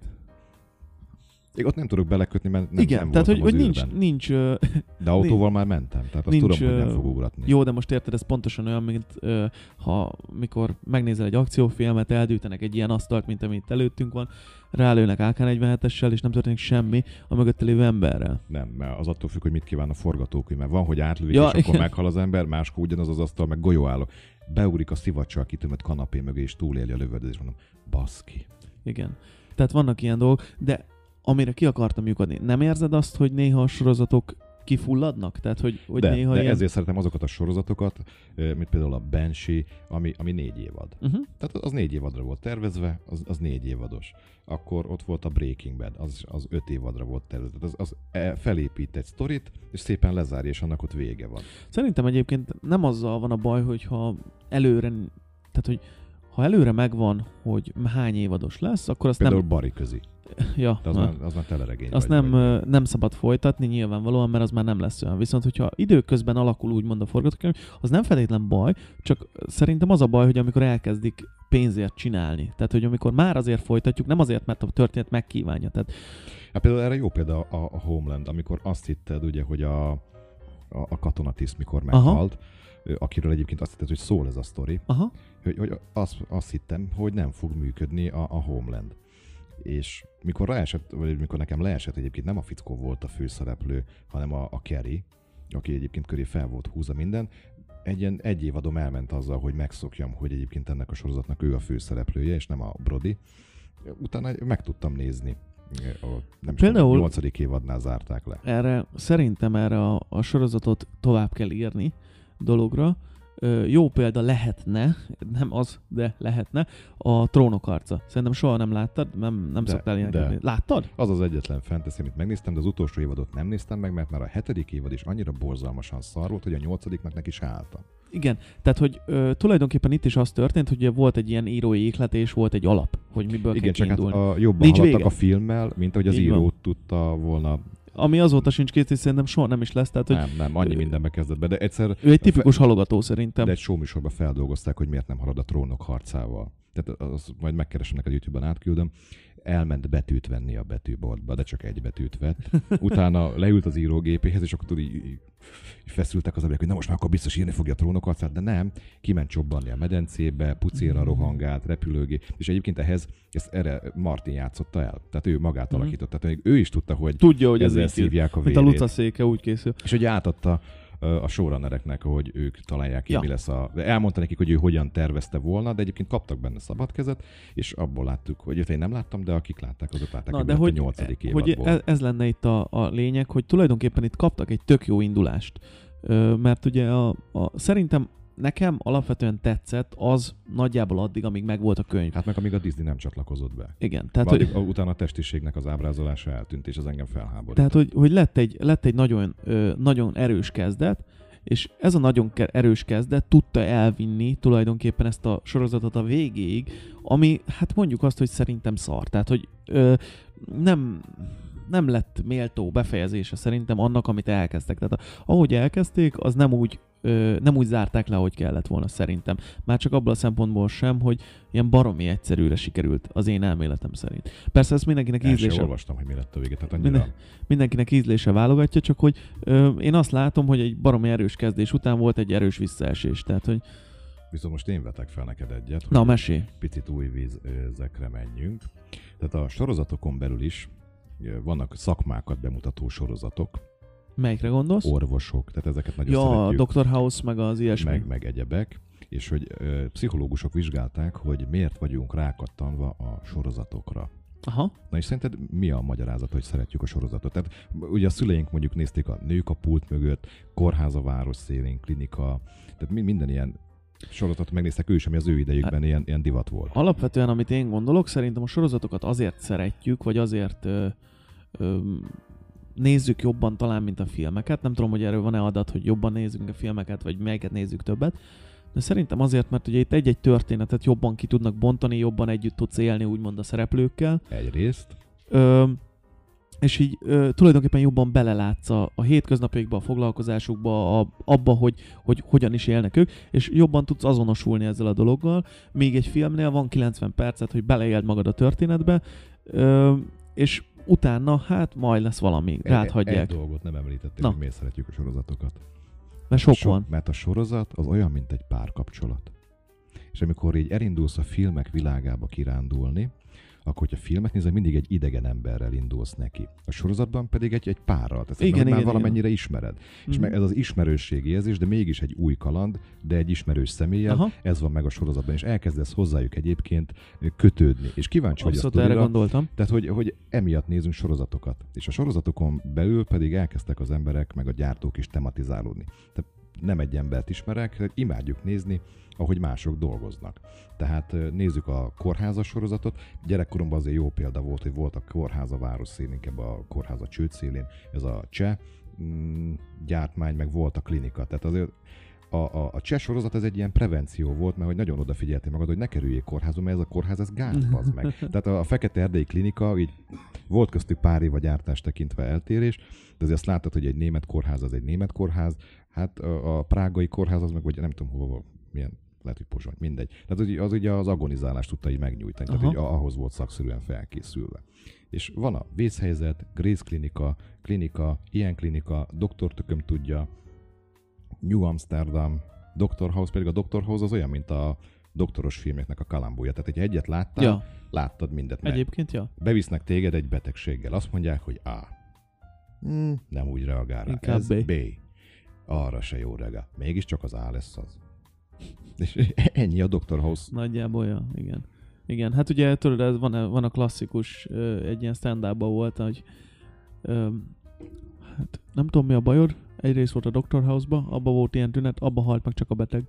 Én ott nem tudok belekötni, mert nem, Igen, nem tehát hogy, voltam hogy az nincs, űrben. nincs ö, De autóval már mentem, tehát azt nincs, tudom, hogy nem ö, fog ugratni. jó, de most érted, ez pontosan olyan, mint ö, ha mikor megnézel egy akciófilmet, eldűjtenek egy ilyen asztalt, mint ami itt előttünk van, rálőnek á ká negyvenhetessel, és nem történik semmi a mögötte lévő emberrel. Nem, mert az attól függ, hogy mit kíván a forgatókönyv, mert van, hogy átlövik, Ja, és akkor igen. meghal az ember, máskor ugyanaz az asztal, meg golyóálló. Beugrik a szivacsal kitömött kanapé mögé, és túléli a lövöldözést, mondom, baszki. Igen. Tehát vannak ilyen dolgok, de amire ki akartam lyukadni, nem érzed azt, hogy néha a sorozatok kifulladnak? Tehát, hogy, hogy de, néha de ilyen... ezért szeretem azokat a sorozatokat, ö, mint például a Banshee, ami, ami négy évad. Uh-huh. Tehát az négy évadra volt tervezve, az, az négy évados. Akkor ott volt a Breaking Bad, az, az öt évadra volt tervezve. Az, az e- felépít egy sztorit, és szépen lezárja, és annak ott vége van. Szerintem egyébként nem azzal van a baj, hogyha előre, tehát hogy ha előre megvan, hogy hány évados lesz, akkor azt Például nem... Bari közi. Ja, De az, na. már, az már teleregény. Azt vagy, nem, vagy. nem szabad folytatni nyilvánvalóan, mert az már nem lesz olyan. Viszont, hogyha időközben alakul úgymond a forgatókönyv, az nem feltétlen baj, csak szerintem az a baj, hogy amikor elkezdik pénzért csinálni. Tehát, hogy amikor már azért folytatjuk, nem azért, mert a történet megkívánja. Tehát... Hát például erre jó példa a, a Homeland, amikor azt hitted, ugye, hogy a, a, a katonatiszt mikor meghalt, Aha. akiről egyébként azt hitted, hogy szól ez a sztori, Aha. hogy, hogy azt, azt hittem, hogy nem fog működni a, a Homeland. És mikor leesett, vagy mikor nekem leesett, egyébként nem a fickó volt a főszereplő, hanem a, a Carrie, aki egyébként köré fel volt húzva minden, egy ilyen egy évadom elment azzal, hogy megszokjam, hogy egyébként ennek a sorozatnak ő a főszereplője, és nem a Brody. Utána meg tudtam nézni. A, nem Például a nyolcadik évadnál zárták le. Erre, szerintem erre a, a sorozatot tovább kell írni dologra. Ö, jó példa lehetne, nem az, de lehetne, a Trónok harca. Szerintem soha nem láttad, nem, nem De, szoktál ilyeneket de. nézni. Láttad? Az az egyetlen fantasy, amit megnéztem, de az utolsó évadot nem néztem meg, mert már a hetedik évad is annyira borzalmasan szar volt, hogy a nyolcadiknak neki se álltam. Igen, tehát hogy ö, tulajdonképpen itt is az történt, hogy ugye volt egy ilyen írói ihlet, és volt egy alap, hogy miből Igen, kell csak hát kiindulni. a, jobban Nincs haladtak vége. a filmmel, mint ahogy az Így író van. tudta volna. Ami azóta sincs kész, és szerintem soha nem is lesz. Tehát, hogy Nem, nem, annyi mindenbe kezdett be, de egyszer ő egy tipikus halogató szerintem. de egy showműsorban feldolgozták, hogy miért nem halad a Trónok harcával. Tehát az, majd megkeresnek a YouTube-ban, átküldöm. Elment betűt venni a betűboltba, de csak egy betűt vett. Utána leült az írógépéhez, és akkor tudod, így, így feszültek az emberek, hogy na most már akkor biztos írni fogja a Trónok harcát, de nem. Kiment csobbanni a medencébe, pucéra rohangált, repülőgép, és egyébként ehhez ezt erre Martin játszotta el. Tehát ő magát Mhm. alakította. Tehát még ő is tudta, hogy Tudja, hogy ez ezzel így szívják a mint a vérét. Luca széke úgy készül. És hogy átadta ö, a showrunnereknek, hogy ők találják ki, Ja. mi lesz a... De elmondta nekik, hogy ő hogyan tervezte volna, de egyébként kaptak benne szabad kezet, és abból láttuk, hogy én nem láttam, de akik látták, azok látták, Na, hogy de mi lett hogy, a nyolcadik hogy évadból. ez, ez lenne itt a, a lényeg, hogy tulajdonképpen itt kaptak egy tök jó indulást. Ö, mert ugye a, a, szerintem nekem alapvetően tetszett az nagyjából addig, amíg megvolt a könyv. Hát meg amíg a Disney nem csatlakozott be. Igen, tehát, Tehát, hogy, utána a testiségnek az ábrázolása eltűnt, és az engem felháborított. tehát hogy, hogy lett egy, lett egy nagyon, ö, nagyon erős kezdet, és ez a nagyon ke- erős kezdet tudta elvinni tulajdonképpen ezt a sorozatot a végéig, ami hát mondjuk azt, hogy szerintem szar. Tehát, hogy ö, nem, nem lett méltó befejezése szerintem annak, amit elkezdtek. Tehát a, ahogy elkezdték, az nem úgy, ö, nem úgy zárták le, ahogy kellett volna szerintem. Már csak abból a szempontból sem, hogy ilyen baromi egyszerűre sikerült az én elméletem szerint. Persze ezt mindenkinek El sem ízlése... olvastam, hogy mi lett a vége. Tehát annyira... Minden, mindenkinek ízlése válogatja, csak hogy ö, én azt látom, hogy egy baromi erős kezdés után volt egy erős visszaesés. Tehát, hogy Viszont most én vetek fel neked egyet, na, hogy mesélj. picit új vízekre menjünk. Tehát a sorozatokon belül is ö, vannak szakmákat bemutató sorozatok, Melyikre gondolsz? orvosok, tehát ezeket nagyon Ja, a szeretjük. doktor House, meg az ilyesmi. meg, meg egyebek, és hogy ö, pszichológusok vizsgálták, hogy miért vagyunk rákattanva a sorozatokra. Aha. Na és szerinted mi a magyarázat, hogy szeretjük a sorozatot? Tehát ugye a szüleink mondjuk nézték a Nők a pult mögött, Kórház a város szélén, Klinika, tehát mi- minden ilyen sorozatot megnéztek ő is, ami az ő idejükben ilyen, ilyen divat volt. Alapvetően, amit én gondolok, szerintem a sorozatokat azért szeretjük, vagy azért ö, ö, nézzük jobban talán, mint a filmeket. Nem tudom, hogy erről van-e adat, hogy jobban nézzünk a filmeket, vagy melyiket nézzük többet. De szerintem azért, mert ugye itt egy-egy történetet jobban ki tudnak bontani, jobban együtt tudsz élni, úgymond a szereplőkkel. Egyrészt. Ö, és így ö, tulajdonképpen jobban belelátsz a, a hétköznapjaikba, a foglalkozásukba, a, abba, hogy, hogy hogyan is élnek ők, és jobban tudsz azonosulni ezzel a dologgal, míg egy filmnél van kilencven percet, hogy beleéld magad a történetbe, ö, és utána hát majd lesz valami, rád Egy hagyják, dolgot nem említették, Na. hogy miért szeretjük a sorozatokat. mert sok So- van. Mert a sorozat az olyan, mint egy párkapcsolat. És amikor így elindulsz a filmek világába kirándulni, akkor, hogyha filmet nézel, mindig egy idegen emberrel indulsz neki. A sorozatban pedig egy, egy párral. Tehát Igen, igen, már igen, valamennyire igen. ismered. És Mhm. meg ez az ismerősségi érzés, de mégis egy új kaland, de egy ismerős személlyel, Aha. ez van meg a sorozatban, és elkezdesz hozzájuk egyébként kötődni. És kíváncsi vagy a Abszolút erre sztorira, gondoltam. tehát, hogy, hogy emiatt nézünk sorozatokat. És a sorozatokon belül pedig elkezdtek az emberek, meg a gyártók is tematizálódni. Tehát nem egy embert ismerek, hogy imádjuk nézni, ahogy mások dolgoznak. Tehát nézzük a kórházas sorozatot. Gyerekkoromban azért jó példa volt, hogy volt a Kórház a város szélén, ebben a Kórház a csőd szélén, ez a cseh mm, gyártmány, meg volt a Klinika. Tehát azért a, a, a cseh sorozat ez egy ilyen prevenció volt, mert hogy nagyon odafigyeltél magad, hogy ne kerüljél kórházba, mert ez a kórház, ez gáz, bazd meg. Tehát a, a Fekete Erdélyi Klinika, így volt köztük pár év a gyártás tekintve eltérés, de azért azt láttad, hogy egy német kórház az egy német kórház, hát a, a prágai kórház az meg, vagy nem tudom hova, milyen, lehet, hogy Pozsony, mindegy. Tehát az ugye az agonizálást tudta így megnyújtani, Aha. tehát hogy ahhoz volt szakszerűen felkészülve. És van a vészhelyzet, Grace klinika, klinika, ilyen klinika, doktor tököm tudja, New Amsterdam, Doctor House, pedig a Doctor House az olyan, mint a doktoros filmeknek a kalambója. Tehát, hogyha egyet láttál, ja. láttad mindet meg. Egyébként, ja. Bevisznek téged egy betegséggel. Azt mondják, hogy A. Hmm, nem úgy reagál rá. Inkább Ez B. B. Arra se jó reagál. Mégiscsak az A lesz az. És ennyi a Doctor House. Nagyjából, ja, igen. Igen, hát ugye tudod, ez van, van a klasszikus, egy ilyen stand-upban volt, hogy hát nem tudom mi a bajod, egyrészt volt a Doctor House-ba, abba volt ilyen tünet, abba halt meg csak a beteg.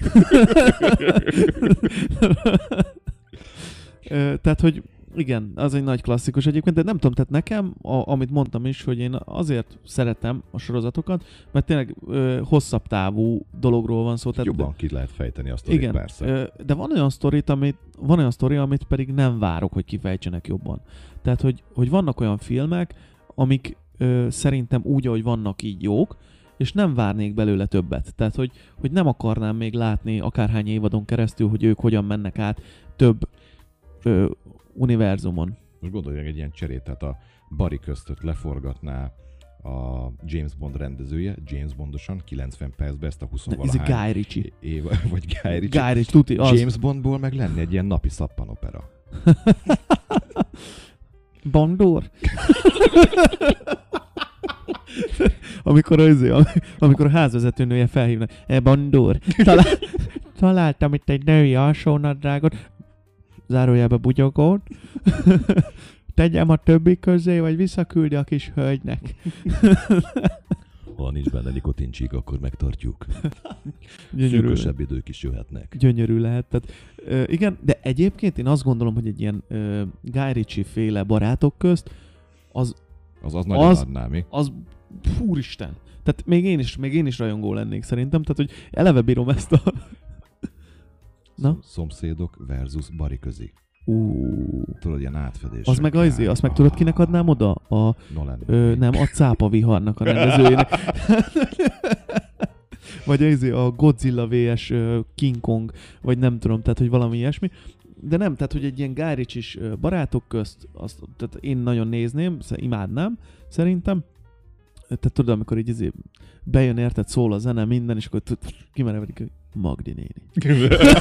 Tehát, hogy igen, az egy nagy klasszikus egyébként, de nem tudom, tehát nekem, a, amit mondtam is, hogy én azért szeretem a sorozatokat, mert tényleg ö, hosszabb távú dologról van szó. Tehát, jobban ki lehet fejteni a sztorit, igen, persze. Ö, de van olyan sztorit, amit, van olyan sztori, amit pedig nem várok, hogy kifejtsenek jobban. Tehát, hogy, hogy vannak olyan filmek, amik ö, szerintem úgy, ahogy vannak, így jók, és nem várnék belőle többet. Tehát, hogy, hogy nem akarnám még látni akárhány évadon keresztül, hogy ők hogyan mennek át több ö, univerzumon. Most gondoljunk egy ilyen cserét, tehát a Barry köztöt leforgatná a James Bond rendezője, James Bondosan, kilencven percben ezt a huszonvalahány Ez Guy Ritchie. Év, vagy Guy Ritchie. Guy Ritchie, tuti, az. James Bondból meg lenne egy ilyen napi szappanopera. Bondor? amikor, az, amikor a házvezetőnője felhívna, e Bondor, talál, találtam itt egy női alsónadrágot, zárójelbe bugyogón, tegyem a többi közé, vagy visszaküldi a kis hölgynek. Ha nincs benne nikotincsík, akkor megtartjuk. Gyönyörű. Szűkösebb idők is jöhetnek. Gyönyörű lehet. Tehát, ö, igen, de egyébként én azt gondolom, hogy egy ilyen ö, Guy Ritchie féle barátok közt az Az, az nagyon az, adná, mi? Az, fúristen. Tehát még én is, még én is rajongó lennék szerintem, tehát hogy eleve bírom ezt a... Na? Szomszédok versus Barry közi. Uh. Tudod, ilyen átfedés. Az meg azért, azt meg ah. tudod, kinek adnám oda? A, ö, nem, a Cápa viharnak a rendezőjének. Vagy azért a Godzilla versus King Kong, vagy nem tudom, tehát hogy valami ilyesmi. De nem, tehát hogy egy ilyen Guy Ritchie-s barátok közt, azt, tehát én nagyon nézném, imádnám, szerintem. Tehát tudod, amikor így azért bejön, érted, szól a zene, minden, és akkor kimerevedik, hogy Magdi néni.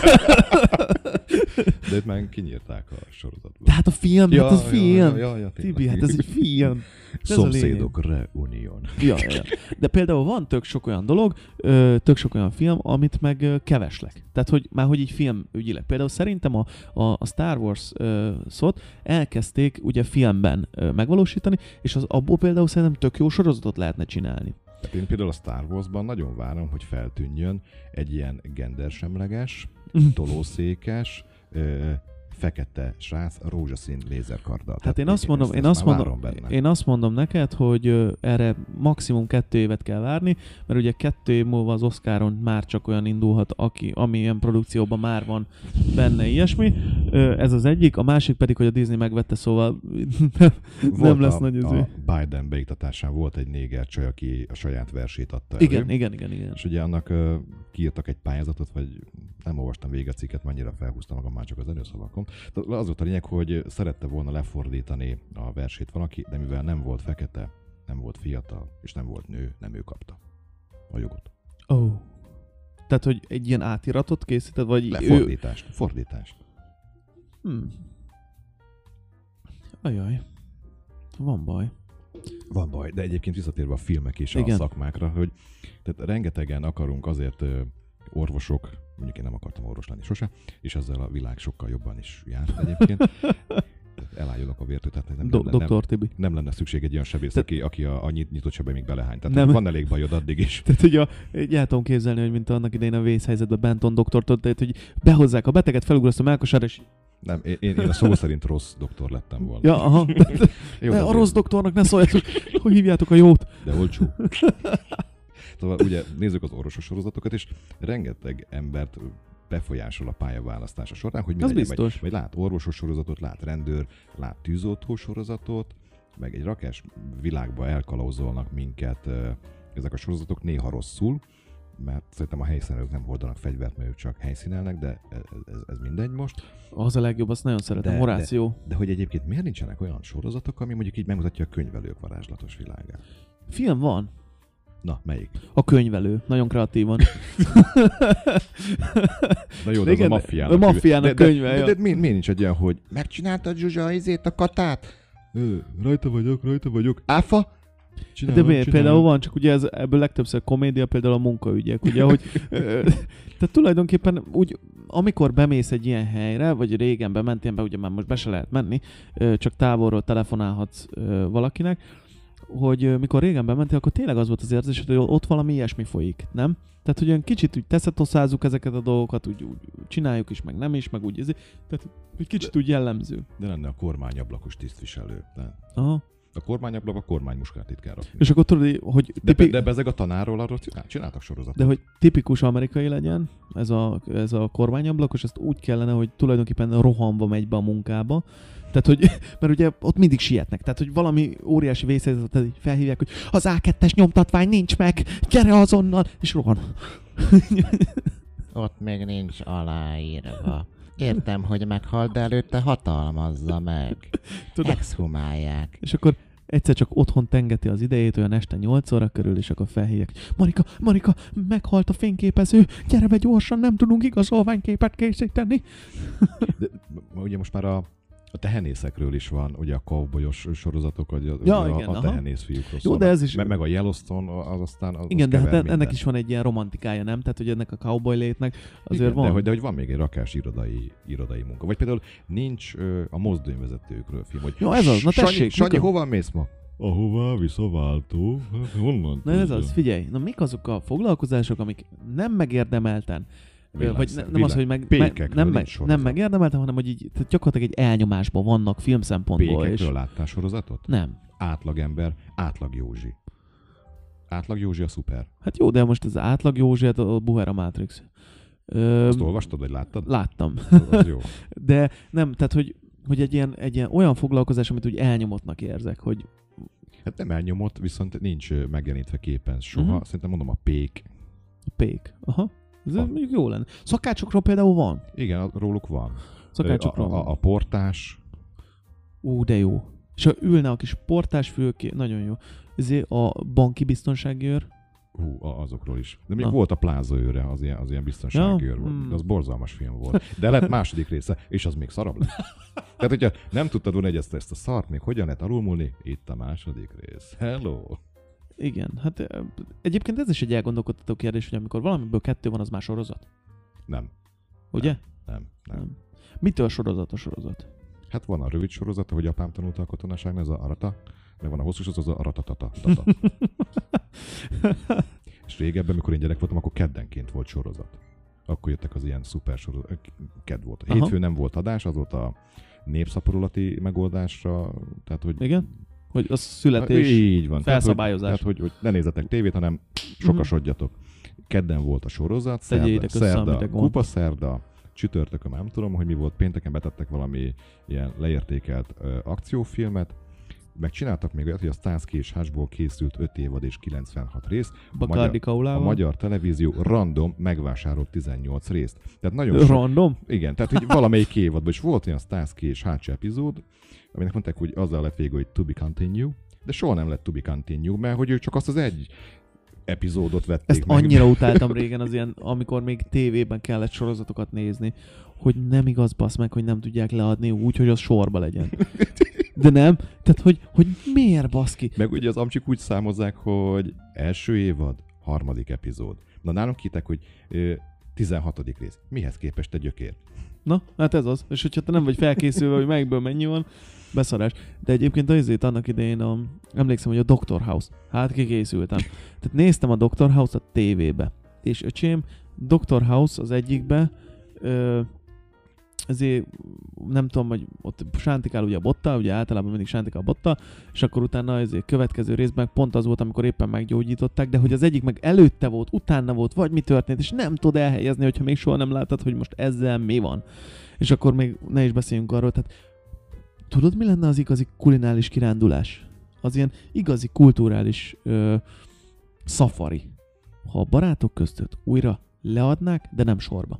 De itt már kinyírták a sorozatból. Tehát a film, ja, hát az ja, film. Ja, ja, ja, Tibi, hát ez egy film. Szomszédok reunion. Ja, ja, ja. De például van tök sok olyan dolog, ö, tök sok olyan film, amit meg ö, keveslek. Tehát, hogy már hogy így film ügyileg. Például szerintem a, a, a Star Wars-ot elkezdték ugye filmben ö, megvalósítani, és az abból például szerintem tök jó sorozatot lehetne csinálni. Hát én például a Star Wars-ban nagyon várom, hogy feltűnjön egy ilyen gendersemleges, tolószékes, ö, fekete srác rózsaszín lézerkarddal. Hát én azt mondom, én azt mondom, én azt mondom neked, hogy ö, erre maximum kettő évet kell várni, mert ugye kettő év múlva az Oscaron már csak olyan indulhat, aki, ami ilyen produkcióban már van benne ilyesmi. Ö, ez az egyik, a másik pedig, hogy a Disney megvette, szóval nem lesz a, nagy izé. A Biden beiktatásán volt egy néger csaj, aki a saját versét adta elő. Igen, igen, igen, igen. És ugye annak uh, kiírtak egy pályázatot, vagy nem olvastam végig a cikket, mennyire felhúztam magam már csak az előszavakon. Az volt a lényeg, hogy szerette volna lefordítani a versét valaki, de mivel nem volt fekete, nem volt fiatal, és nem volt nő, nem ő kapta a jogot. Oh. Tehát, hogy egy ilyen átiratot készíted, vagy... Lefordítást, ő... fordítást. Hmm. Ajaj. Van baj. Van baj, de egyébként visszatérve a filmek és Igen. a szakmákra, hogy tehát rengetegen akarunk azért ö, orvosok, mondjuk én nem akartam orvos lenni sose, és ezzel a világ sokkal jobban is jár egyébként. Elálljonok a vértől, tehát nem, Do- nem, doktor Tibi. nem lenne szükség egy olyan sebész, aki, aki a, a nyitott sebbe még belehány. Tehát nem. Van elég bajod addig is. Tehát, hogy a, így el tudom képzelni, hogy mint annak idején a vészhelyzetben Benton doktortól, tehát, hogy behozzák a beteget, felugrasz a melkosára, és... Nem, én, én a szó szerint rossz doktor lettem volna. Ja, aha. Jó, ne, a rossz doktornak ne szóljatok, hogy hívjátok a jót. De olcsó. Szóval ugye nézzük az orvosos sorozatokat, és rengeteg embert befolyásol a pályaválasztása során, hogy mi Az legyen. biztos. Vagy, vagy lát orvosos sorozatot, lát rendőr, lát tűzoltó sorozatot, meg egy rakás világba elkalauzolnak minket ezek a sorozatok néha rosszul, mert szerintem a helyszínelők nem hordanak fegyvert, mert ők csak helyszínelnek, de ez, ez, ez mindegy most. Az a legjobb, azt nagyon szeretem, De- Horáció. De, de hogy egyébként miért nincsenek olyan sorozatok, ami mondjuk így megmutatja a könyvelők varázslatos világát? Film van. Na, melyik? A könyvelő. Nagyon kreatívan. Na jó, de Igen, az a maffiának. a maffiának de, könyve, De, ja. de, de miért, miért nincs egy ilyen, hogy megcsináltad Zsuzsa izét a katát? Ö, rajta vagyok, rajta vagyok. Áfa? Csinálom, De miért? csinálom. Például van, csak ugye ez, ebből legtöbbször komédia, például a munkaügyek, ugye, hogy ö, tehát tulajdonképpen úgy, amikor bemész egy ilyen helyre, vagy régen bementél be, ugye már most be se lehet menni, ö, csak távolról telefonálhatsz ö, valakinek, hogy ö, mikor régen bementél, akkor tényleg az volt az érzés, hogy ott valami ilyesmi folyik, nem? Tehát, hogy olyan kicsit úgy teszetoszázzuk ezeket a dolgokat, úgy, úgy csináljuk is, meg nem is, meg úgy, ezért, tehát egy kicsit úgy jellemző. De lenne a kormányablakos tisztviselő. De Aha. a kormányablak a kormány muskáttitkár. És akkor tudod, hogy De, tipi- de bezeg a tanárról arról csinál, csináltak sorozatot. De hogy tipikus amerikai legyen ez a, ez a kormányablakos, ezt úgy kellene, hogy tulajdonképpen rohanva megy be a munkába. Tehát, hogy, mert ugye ott mindig sietnek. Tehát, hogy valami óriási vészhelyzetet így felhívják, hogy az á kettes nyomtatvány nincs meg, gyere azonnal, és rohan. Ott még nincs aláírva. Értem, hogy meghalt, de előtte hatalmazza meg. Tudom. Exhumálják. És akkor egyszer csak otthon tengeti az idejét, olyan este nyolc óra körül, és akkor felhívják. Marika, Marika, meghalt a fényképező, gyere be gyorsan, nem tudunk igazolványképet készíteni. De, ugye most már a, a tehenészekről is van, ugye a cowboyos sorozatok, vagy a, Ja, a, igen, a aha. tehenész fiúkról Jó, de ez is- Meg, meg a Yellowstone, az aztán az, Igen, az de hát kever ennek mindent. is van egy ilyen romantikája, nem? Tehát, hogy ennek a cowboy létnek azért Igen, van. De hogy, de hogy van még egy rakás irodai, irodai munka. Vagy például nincs ö, a mozdonyvezetőkről film, hogy Jó, ez az, na Sanyi, tessék, Sanyi, mikor- hova mész ma? Ahová visz a váltó. Hát, honnan Na ez tudja? az, figyelj, na mik azok a foglalkozások, amik nem megérdemelten, ö, vagy Villámszer- ne, nem az, hogy meg, villám- meg, pékekről nem, nincs meg, sorozat. nem megérdemelten, hanem hogy így, tehát gyakorlatilag egy elnyomásban vannak film szempontból. És Pékekről láttál sorozatot? nem. Átlagember, átlag Józsi. Átlag Józsi a szuper. Hát jó, de most az átlag Józsi, hát a Buher a Matrix. Ö, Azt olvastad, vagy láttad? láttam. Az, az jó. De nem, tehát hogy, hogy egy, ilyen, egy ilyen olyan foglalkozás, amit úgy elnyomottnak érzek, hogy Hát nem elnyomott, viszont nincs ö, megjelenítve képen soha. Mhm. Uh-huh. Szerintem mondom a pék. a pék. Aha. Ez A- mondjuk jó lenne. Szakácsokról például van. Igen, a- róluk van. Szakácsokról Ö, van. a, a, a portás. Ú, de jó. És ha ülne a kis portás fülké, nagyon jó. Ezért a banki biztonsági őr. Hú, a- azokról is. De még Na. volt a Plaza őre, az ilyen, az ilyen biztonsági Ja, őr volt. mm. De az borzalmas film volt. De lett második része, és az még szarabb lett. Tehát, hogyha nem tudtad volna, hogy ezt, ezt a szart még hogyan lehet alulmúlni, itt a második rész. Hello! Igen, hát ö, egyébként ez is egy elgondolkodtató kérdés, hogy amikor valamiből kettő van, az már sorozat. Nem, Ugye? nem, nem. Nem. Mitől sorozat a sorozat? Hát van a rövid sorozat, ahogy apám tanulta a katonaságnál, ez a Arata, meg van a hosszú sorozat, az a Aratatata. Tata. És régebben, amikor én gyerek voltam, akkor keddenként volt sorozat. Akkor jöttek az ilyen szuper sorozat. Kedd volt. Aha. Hétfőn nem volt adás, az volt a népszaporulati megoldásra, tehát hogy... Igen? Hogy a születés... Így van. felszabályozás. Tehát, hogy, tehát, hogy, hogy ne nézzetek tévét, hanem sokasodjatok. Kedden volt a sorozat, szerda, Tegyétek össze, szerda amitek van. kupa szerda, csütörtökön nem tudom, hogy mi volt, pénteken betettek valami ilyen leértékelt ö, akciófilmet, meg csináltak még olyat, hogy a Starsky és Hutchból készült öt évad és kilencvenhat rész. A Bacardi magyar, a Kaulával. magyar televízió random megvásárolt tizennyolc részt. Tehát nagyon sok, Random? igen, tehát hogy valamelyik évadban is volt olyan Starsky és Hutch epizód, aminek mondták, hogy azzal lett vége, hogy to be continue, de soha nem lett to be continue, mert hogy ők csak azt az egy epizódot vették Ezt meg. annyira utáltam régen, az ilyen, amikor még tévében kellett sorozatokat nézni, hogy nem igaz, basz meg, hogy nem tudják leadni úgy, hogy az sorba legyen. De nem? Tehát, hogy, hogy miért baszki? Meg ugye az amcsik úgy számozzák, hogy első évad, harmadik epizód. Na nálunk hittek, hogy ö, tizenhatodik rész. Mihez képest a gyökér? Na, hát ez az. És hogyha te nem vagy felkészülve, hogy melyikből mennyi van, beszarás. De egyébként azért annak idején a, emlékszem, hogy a doktor House. Hát kikészültem. Tehát néztem a doktor House-t a tévébe. És öcsém, doktor House az egyikbe ö, ezért nem tudom, hogy ott sántikál ugye a botta, ugye általában mindig sántikál a botta, és akkor utána ezért következő részben pont az volt, amikor éppen meggyógyították, de hogy az egyik meg előtte volt, utána volt, vagy mi történt, és nem tud elhelyezni, hogyha még soha nem láttad, hogy most ezzel mi van. És akkor még ne is beszéljünk arról, tehát tudod, mi lenne az igazi kulináris kirándulás? Az ilyen igazi kulturális ö, szafari. Ha a barátok között újra leadnák, de nem sorba.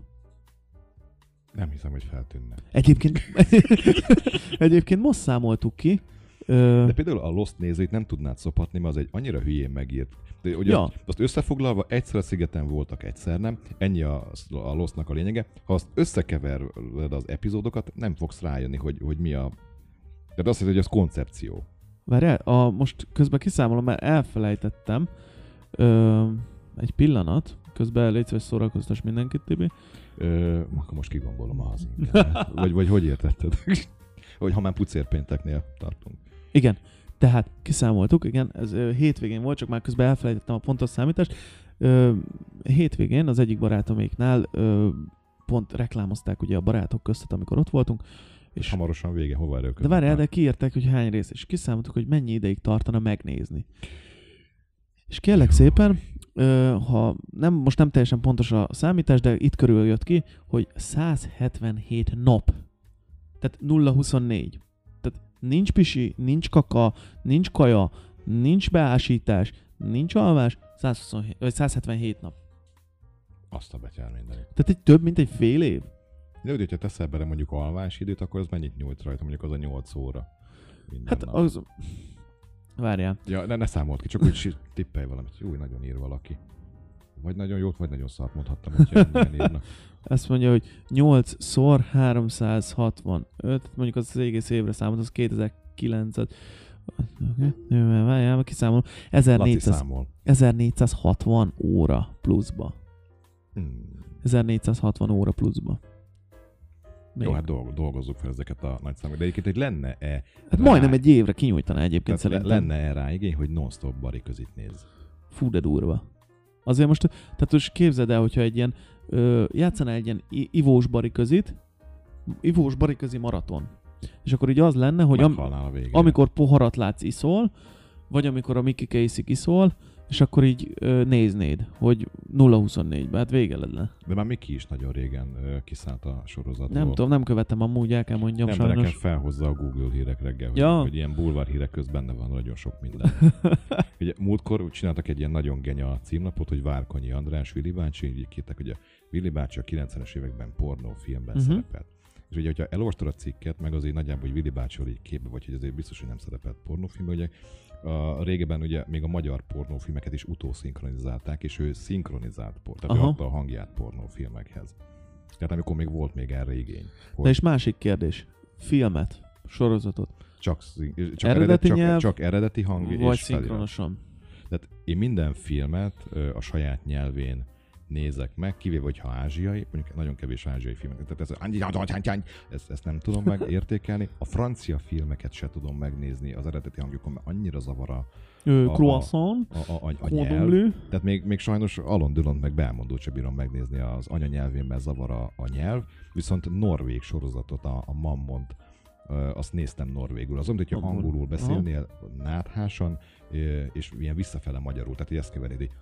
Nem hiszem, hogy feltűnne. Egyébként, egyébként most számoltuk ki. Ö... De például a Lost nézőit nem tudnád szopatni, mert az egy annyira hülyén megírt. De ugye Ja. azt, azt összefoglalva, egyszer a szigeten voltak, egyszer nem. Ennyi a, a Lostnak a lényege. Ha azt összekevered az epizódokat, nem fogsz rájönni, hogy, hogy mi a... Tehát azt hiszem, hogy az koncepció. Várjál, a, most közben kiszámolom, mert elfelejtettem. Ö, egy pillanat. Közben légy szíves, szórakoztass mindenkit, Tibi. Ö, akkor most kigombolom a hazinket. vagy, vagy hogy értetted? Hogy ha már pucérpénteknél tartunk. Igen, tehát kiszámoltuk, igen, ez ö, hétvégén volt, csak már közben elfelejtettem a pontos számítást. Ö, hétvégén az egyik barátoméknál ö, pont reklámozták ugye a barátok között, amikor ott voltunk. És hamarosan vége, hova erőködnek? De várjál, de kiírták, hogy hány rész, és kiszámoltuk, hogy mennyi ideig tartana megnézni. És kérlek szépen, ö, ha nem, most nem teljesen pontos a számítás, de itt körül jött ki, hogy száz hetvenhét nap. Tehát nulla huszonnégy. Tehát nincs pisi, nincs kaka, nincs kaja, nincs beásítás, nincs alvás, száz huszonhét, vagy száz hetvenhét nap. Azt a betyár mindenit. Tehát egy több, mint egy fél év. De hogyha teszel bele mondjuk alvásidőt, akkor az mennyit nyújt rajta, mondjuk az a nyolc óra. Hát nap. az... Várjál. Ja, ne, ne számolt ki, csak úgy tippelj valamit. Jó, nagyon ír valaki. Vagy nagyon jót, vagy nagyon szart mondhattam, hogyha ennyien írnak. Azt mondja, hogy nyolc szor háromszázhatvanöt, mondjuk az az egész évre számolt, az kétezer-kilenc. Várjál, kiszámolom. ezernégyszáz, ezernégyszázhatvan óra pluszba. Hmm. ezernégyszázhatvan óra pluszba. Még. Jó, hát dolg- dolgozzuk fel ezeket a nagy számokat. De egyébként, hogy lenne-e... Hát rá... majdnem egy évre kinyújtaná egyébként Tehát szerintem. lenne-e rá igény, hogy non-stop bari közit néz? Fú, de durva. Azért most, tehát most képzeld el, hogyha egy ilyen, ö, játszanál egy ilyen i- ivós bari közit, ivós bari közi maraton. És akkor így az lenne, hogy am- Meghalnál a végén. amikor poharat látsz, iszol, vagy amikor a Mickey Casey iszol, és akkor így ö, néznéd, hogy nulla huszonnégyben, hát vége lenne. De már Miki is nagyon régen ö, kiszállt a sorozatból. Nem tudom, nem követem amúgy, el kell mondjam Nem, de sajnos. nekem felhozza a Google hírek reggel, hogy, Ja. hogy ilyen bulvár hírek közben benne van nagyon sok minden. Ugye múltkor csináltak egy ilyen nagyon genial címlapot, hogy Várkonyi András, Vili bácsi, így kértek, hogy a Vili bácsi a kilencvenes években pornófilmben Uh-huh. szerepelt. És ugye, hogyha elolvastad a cikket, meg azért nagyjából, hogy Vili bácsival így képbe vagy, hogy azért biztos, hogy nem szerepelt pornófilmben, ugye a régebben ugye még a magyar pornófilmeket is utószinkronizálták, és ő szinkronizált, por- tehát ő Aha. adta a hangját pornófilmekhez. Tehát amikor még volt még erre igény. De és másik kérdés. Filmet, sorozatot, Csak, szín- csak, Eredeti eredeti, csak, nyelv, csak eredeti hang vagy és felirat. szinkronosan? Tehát én minden filmet ö, a saját nyelvén nézek meg, kivéve, hogyha ázsiai, mondjuk nagyon kevés ázsiai filmet. Tehát ez, ezt, ezt nem tudom megértékelni. A francia filmeket se tudom megnézni az eredeti hangjukon, mert annyira zavar a, Ö, a- croissant, a, a, a, a cordon nyelv. bleu. Tehát még, még sajnos Alon Dülont meg Belmondót sem bírom megnézni az anyanyelvén, mert zavar a, a nyelv. Viszont norvég sorozatot, a, a Mammont, ö, azt néztem norvégul. Az olyan, hogyha Angol. angolul beszélnél, náthásan, ö, és ilyen visszafele magyarul. Tehát ezt keverni, hogy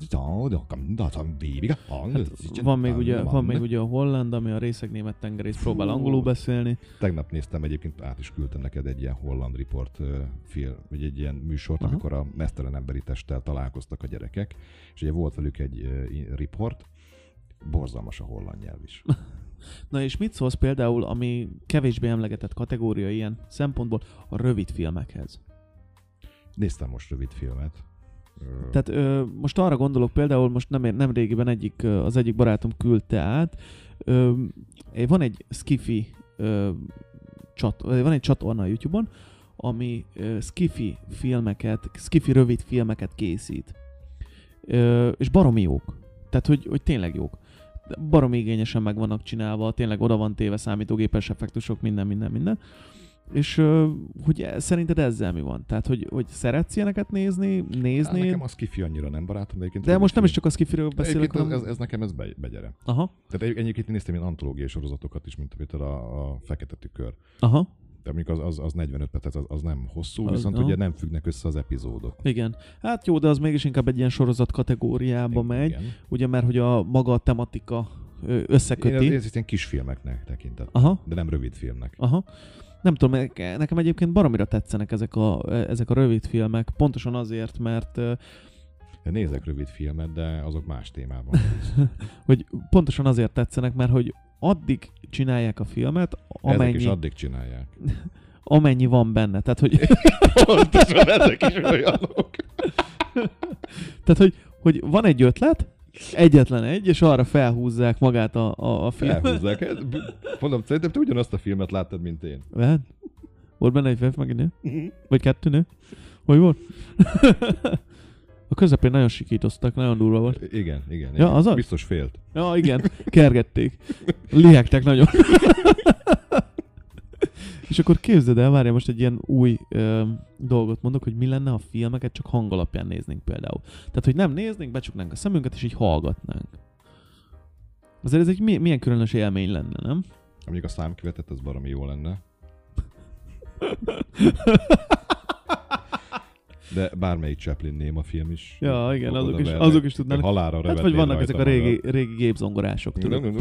Hát van még ugye, van még ugye a holland, ami a részeg német tengerész próbál angolul beszélni. Tegnap néztem egyébként, át is küldtem neked egy ilyen holland report uh, film, vagy egy ilyen műsort, Aha. amikor a meztelen emberi testtel találkoztak a gyerekek, és ugye volt velük egy uh, report, borzalmas a holland nyelv is. Na és mit szólsz például, ami kevésbé emlegetett kategória ilyen szempontból, a rövid filmekhez? Néztem most rövid filmet. Tehát ö, most arra gondolok például, most nem, nem régiben egyik, ö, az egyik barátom küldte át, ö, van egy skifi ö, csat, van egy csatorna a YouTube-on, ami ö, skifi filmeket, skifi rövid filmeket készít. Ö, és baromi jók. Tehát, hogy, hogy tényleg jók. Baromi igényesen meg vannak csinálva, tényleg oda van téve számítógépes effektusok, minden, minden, minden. És ö, hogy e- szerinted ezzel mi van? Tehát, hogy, hogy szeretsz ilyeneket nézni, Hát nézni, nekem az kifi annyira nem barátom, de egyébként... de most nem is film. csak a skifiről beszélek, Egyébként hanem... ez, ez, nekem ez be, begyere. Aha, Tehát egy- egyébként néztem ilyen antológiai sorozatokat is, mint amit a, a Fekete Tükör. aha, De mondjuk az, az, az negyvenöt perc, az, az nem hosszú, Az- viszont aha. ugye nem függnek össze az epizódok. igen. Hát jó, de az mégis inkább egy ilyen sorozat kategóriába megy, Igen. ugye, mert hogy a maga a tematika ö, Én, összeköti. ez ilyen kisfilmeknek tekintett, Aha, de nem rövid filmnek. aha. Nem tudom, ne- nekem egyébként baromira tetszenek ezek a, ezek a rövid filmek, pontosan azért, mert ö, De nézek rövid filmet, de azok más témában. hogy pontosan azért tetszenek, mert hogy addig csinálják a filmet, Ezek amennyi, is addig csinálják. amennyi van benne. Tehát, hogy, Pontosan ezek is olyanok. tehát, hogy, hogy van egy ötlet, egyetlen egy, és arra felhúzzák magát a, a, a filmet. Felhúzzák. Ez- Mondom, szerintem te ugyanazt a filmet láttad, mint én. Lehet? Volt benne egy férfi, meg egy nő? Vagy kettő nő? Hogy volt? A közepén nagyon sikítoztak, nagyon durva volt. Igen, igen. Ja, igen. az az? Biztos félt. Ja, igen, kergették. Lihegtek nagyon. És akkor képzeld el, várjál, most egy ilyen új ö, dolgot mondok, hogy mi lenne, ha filmeket csak hang alapján néznénk például. Tehát, hogy nem néznénk, becsuknánk a szemünket, és így hallgatnánk. Azért ez egy mi- milyen különös élmény lenne, nem? Mondjuk a számkivetett, az baromi jó lenne. De bármelyik Chaplin néma film is. Ja, igen, azok is, odavernek, azok is tudnának. Halálra Hát revetnél vagy vannak rajta ezek a maga. régi, régi gépzongorások, tudod. Nem,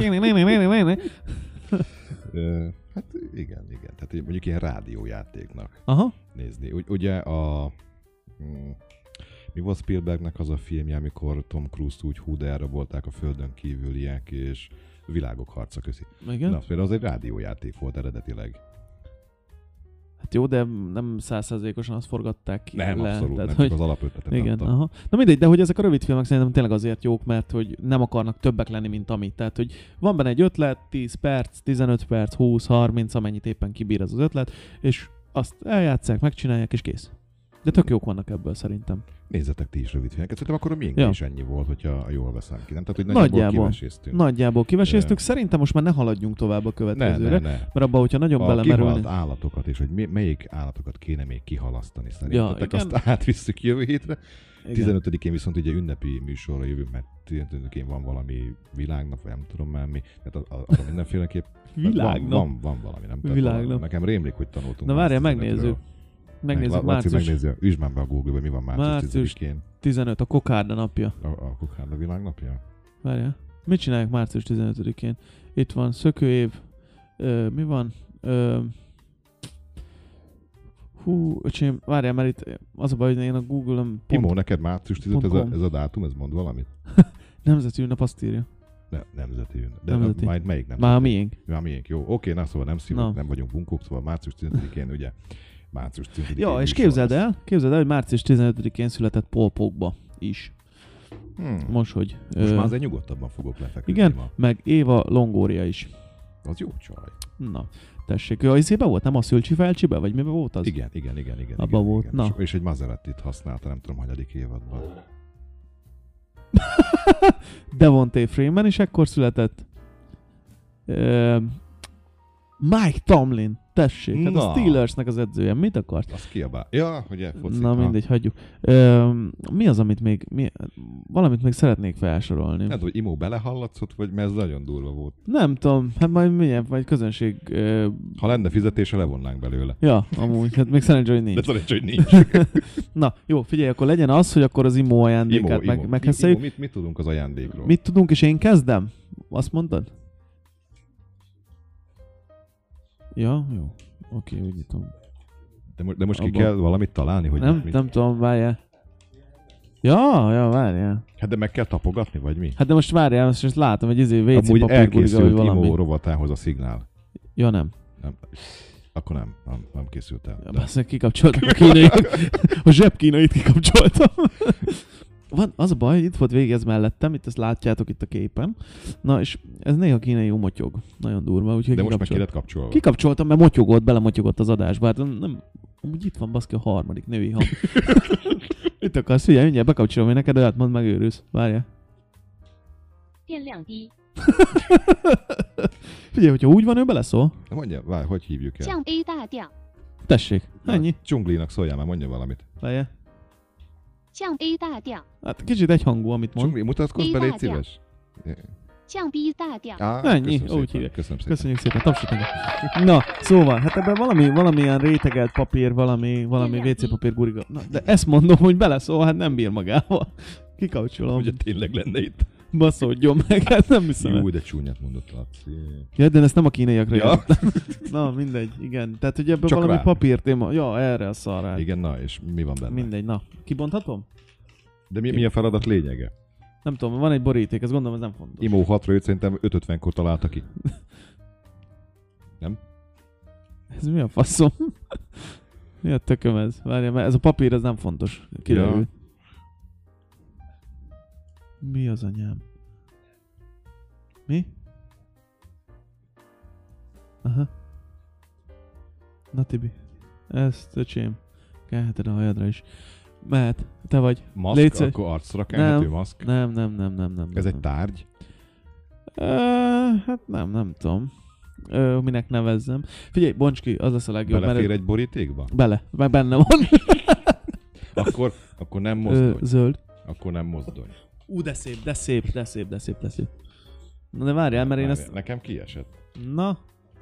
Ö, Hát igen, igen. Tehát mondjuk ilyen rádiójátéknak Aha, nézni. Ugy, ugye a... mm, Mi volt Spielbergnek az a filmje, amikor Tom Cruise-t úgy hú, de elrabolták a földön kívüliek, és világok harca köszi. igen. Na, például az egy rádiójáték volt eredetileg. Hát jó, de nem százszerzékosan azt forgatták ki Nem, le. abszolút Tehát, nem, hogy... csak az alapötletet Igen, adtam. aha. Na mindegy, de hogy ezek a rövid filmek szerintem tényleg azért jók, mert hogy nem akarnak többek lenni, mint amit. Tehát, hogy van benne egy ötlet, tíz perc, tizenöt perc, húsz, harminc, amennyit éppen kibír az az ötlet, és azt eljátsszák, megcsinálják, és kész. De tök jók vannak ebből szerintem. Nézzetek ti is rövid filmeket. Szerintem akkor a miénk Ja. is ennyi volt, hogyha jól veszem ki. Nem? Tehát, hogy nagyjából, Nagyjából. kiveséztünk. Nagyjából kiveséztük, Ö. szerintem most már ne haladjunk tovább a ne, következőre, ne, ne. mert abban, hogyha nagyon A belemerülni... kihalt állatokat, és hogy mi, melyik állatokat kéne még kihalasztani szerintetek, Ja, azt igen. átvisszük jövő hétre. Igen. tizenötödikén viszont ugye ünnepi műsorra jövünk, mert tizenötödikén van valami világnap, vagy nem tudom már mi. Tehát a- a- arra mindenféleképp Világnap. Van, van, van valami, nem? Tehát Világnap. valami. Nekem rémlik, hogy tanultunk. Na várjál, március megnézzük. tizenötödikéről. Megnézzük Meg- Laci március megnézi, üsd már be a Google-be, mi van március Március- tizedikén. tizenöt, a kokárda napja. A, a Kokárda világnapja? Várjál. Mit csinálják március tizenötödikén? Itt van szökőév. Ö, mi van? Ö, hú, öcsém, várjál, mert itt az a baj, hogy én a Google-on pont Imó, neked március tizedike ez, a- com. ez a dátum, ez mond valamit? nemzeti ünnep azt írja. Ne, nemzeti ünnep. De Nemzeti. majd melyik nemzeti? Már a miénk. Már miénk, jó. Oké, na szóval nem szívunk, Na. nem vagyunk bunkók, szóval március tizedikén ugye március tizedikén Ja, és műsor képzeld lesz. el, képzeld el, hogy március tizenötödikén született Paul Pogba is. Hmm. Most, hogy... Most ö, már azért nyugodtabban fogok lefeküdni igen, ma. meg Éva Longoria is. Az jó csaj. Na, tessék, ő a izébe volt? Nem a Szülcsi Felcsibe? Vagy miben volt az? Igen, igen, igen, igen. Abba igen, volt, igen. na. És, és egy Maserati-t használta, nem tudom, hanyadik évadban. Devontae Freeman is ekkor született. Ö, Mike Tomlin, tessék, hát a Na. Steelersnek az edzője. Mit akart? Az kiabál. Ja, ugye foci. Na mindegy, hagyjuk. Ö, mi az, amit még... Mi, valamit még szeretnék felsorolni. Nem tudom, hogy Imó belehallatszott, vagy mert ez nagyon durva volt. Nem tudom, hát majd milyen, majd közönség... Ö, Ha lenne fizetése, levonnánk belőle. ja, amúgy, hát még szerencsé, hogy De nincs. szerencsé, hogy nincs. Na, jó, figyelj, akkor legyen az, hogy akkor az imó ajándékát Imó, meg, Imó. megheszeljük. Imó, mit, mit tudunk az ajándékról? Mit tudunk, és én kezdem? Azt mondtad? Ja, jó. Oké, úgy nyitom. De, mo- de most ki Abba. kell valamit találni, hogy Nem, mit? nem tudom, várjál. Ja, ja, várjál. Hát de meg kell tapogatni, vagy mi? Hát de most várjál, most, most látom, hogy izé vé cé Amúgy papírguliga, vagy elkészült valami. Imó rovatához a szignál. Ja, nem. Nem. Akkor nem, nem, nem készült el. Ja, De. basszeg, kikapcsoltam a kínait. A zsebkínait kikapcsoltam. Van, az a baj, hogy itt volt végez mellettem, itt ezt látjátok itt a képen. Na, és ez néha kínai motyog. Nagyon durva, úgyhogy De most meg kikapcsoltam. kéred kapcsolva. Kikapcsoltam, mert motyogott, belemotyogott az adásba. Hát nem, úgy itt van baszki a harmadik női hang. Itt akarsz, figyelj, mindjárt bekapcsolom én neked, olyat mondd, megőrülsz. Várjál. 电量低， Figyelj, hogyha úgy van, ő beleszól. Na mondja, várj, hogy hívjuk el? 降 A 大调， tessék, ennyi. Na, Dzsunglinak szóljál már, mondja valamit. Várjál. 降 A 大调， Hát kicsit egyhangú, amit mond. Dzsungli, mutatkozz be, légy szíves. 降 B 大调， Á, Ennyi, köszönöm úgy szépen, hívják. Köszönöm szépen. Köszönjük szépen, tapsot neked. Na, szóval, hát ebben valami, valamilyen rétegelt papír, valami, valami vé cé papír guriga. Na, de ezt mondom, hogy beleszól, hát nem bír magával. Kikaucsolom. Ugye tényleg lenne itt. Baszódjon meg, hát nem hiszem. Jó, de csúnyát mondott Laci. Ja, de ezt nem a kínaiakra Ja. írtam. Na, mindegy, igen. Tehát, hogy ebben Csak valami rá. papírtéma. Ja, erre a szarrá. Igen, na, és mi van benne? Mindegy, na. Kibonthatom? De mi, mi a feladat lényege? Nem tudom, van egy boríték, ezt gondolom, ez nem fontos. Imó hatra őt szerintem öt ötvenkor találta ki. Nem? Ez mi a faszom? Mi a tököm ez? Várjál, mert ez a papír, ez nem fontos. Kiderül. Ja. Mi az anyám? Mi? Aha. Na Tibi, ezt öcsém, kelheted a hajadra is. Mehet, te vagy. Maszk? Légy szíves. Akkor arcra kelhető Nem. maszk? Nem, nem, nem, nem, nem. Ez nem, egy tárgy? Ö, hát nem, nem tudom. Ö, minek nevezzem. Figyelj, Boncski, az lesz a legjobb. Belefér mert egy borítékba? Bele, mert benne van. Akkor, akkor nem Ö, mozdony. zöld. Akkor nem mozdony. Ú, de szép, de szép, de szép, de szép, de szép. Na de várjál, mert én Várjál, ezt... Nekem kiesett. Na,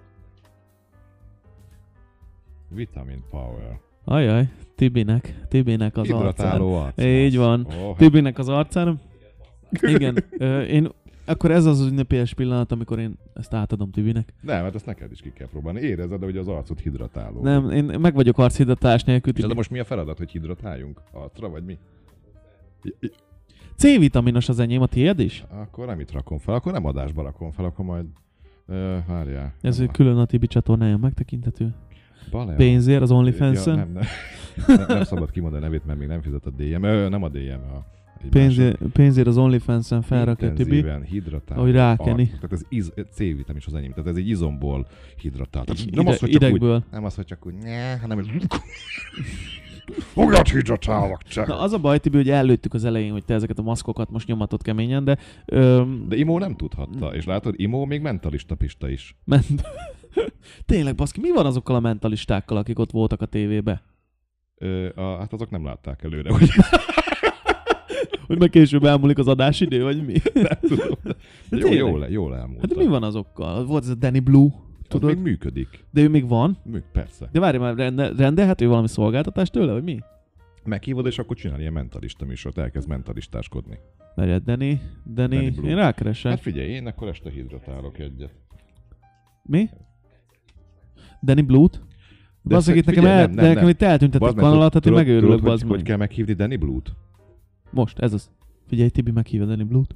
Vitamin Power. ajaj, Tibinek, Tibinek az arcára. Hidratáló arc. Így van. Oh, hát Tibinek az arcára. Igen, ö, én... Akkor ez az ünnepélyes pillanat, amikor én ezt átadom Tibinek. nem, hát ezt neked is ki kell próbálni. Érezed, hogy az arcod hidratáló. Nem, én meg vagyok archidratálás nélkül. De Tibi. most mi a feladat, hogy hidratáljunk? Arcra, vagy mi? I- i- C-vitaminos az enyém, a tiéd is? Akkor nem itt rakom fel, akkor nem adásba rakom fel, akkor majd... Ö, várjál. Ez Nem ő külön a Tibi csatornáján megtekintető. Balea. Pénzért az Ja, OnlyFans-en. nem, nem. nem, nem szabad kimondani a nevét, mert még nem fizet a dé em. Ö, nem a dé em, a... egy Pénzért, pénzért az OnlyFans-en felrakja Tibi. Intenzíven hidratáló Ahogy rákeni. arc. Tehát ez iz, C-vitamin is az enyém. Tehát ez egy izomból hidratál. Tehát Ide, nem az, hogy csak úgy, idegből. nem az, hogy csak úgy, nyeh, hanem hogy... Hogyan hidratálok csak? Na az a baj, Tibi, hogy előttük az elején, hogy te ezeket a maszkokat most nyomatod keményen, de... Öm, De Imó nem tudhatta. És látod, Imó még mentalista pista is. ment... Tényleg, baszki, mi van azokkal a mentalistákkal, akik ott voltak a tévébe? Ö, a, hát azok nem látták előre, hogy Hogy meg később elmúlik az adásidő, vagy mi? nem tudom. De jó, tényleg. jól, jól elmúlt. Hát mi van azokkal? Volt ez a Danny Blue, Az tudod? még működik. De ő még van? Mű, persze. De várj már, rende, rendelhető valami szolgáltatás tőle, vagy mi? Meghívod, és akkor csinál ilyen mentalista műsort, elkezd mentalistáskodni. Várjál, Danny, Danny, Danny Blue. én rákeresek. Hát figyelj, én akkor este hidratálok egyet. Mi? Danny Blue-t? De Bazzeg, itt figyelj, nekem, el, nem, de nem, nekem nem. itt eltüntet Bazd egy meg, kanalat, hát én tudod- megőrülök, tudod, bazd hogy, meg. hogy kell meghívni Danny Blue-t? Most, ez az. Figyelj, Tibi meghívja Danny Blue-t.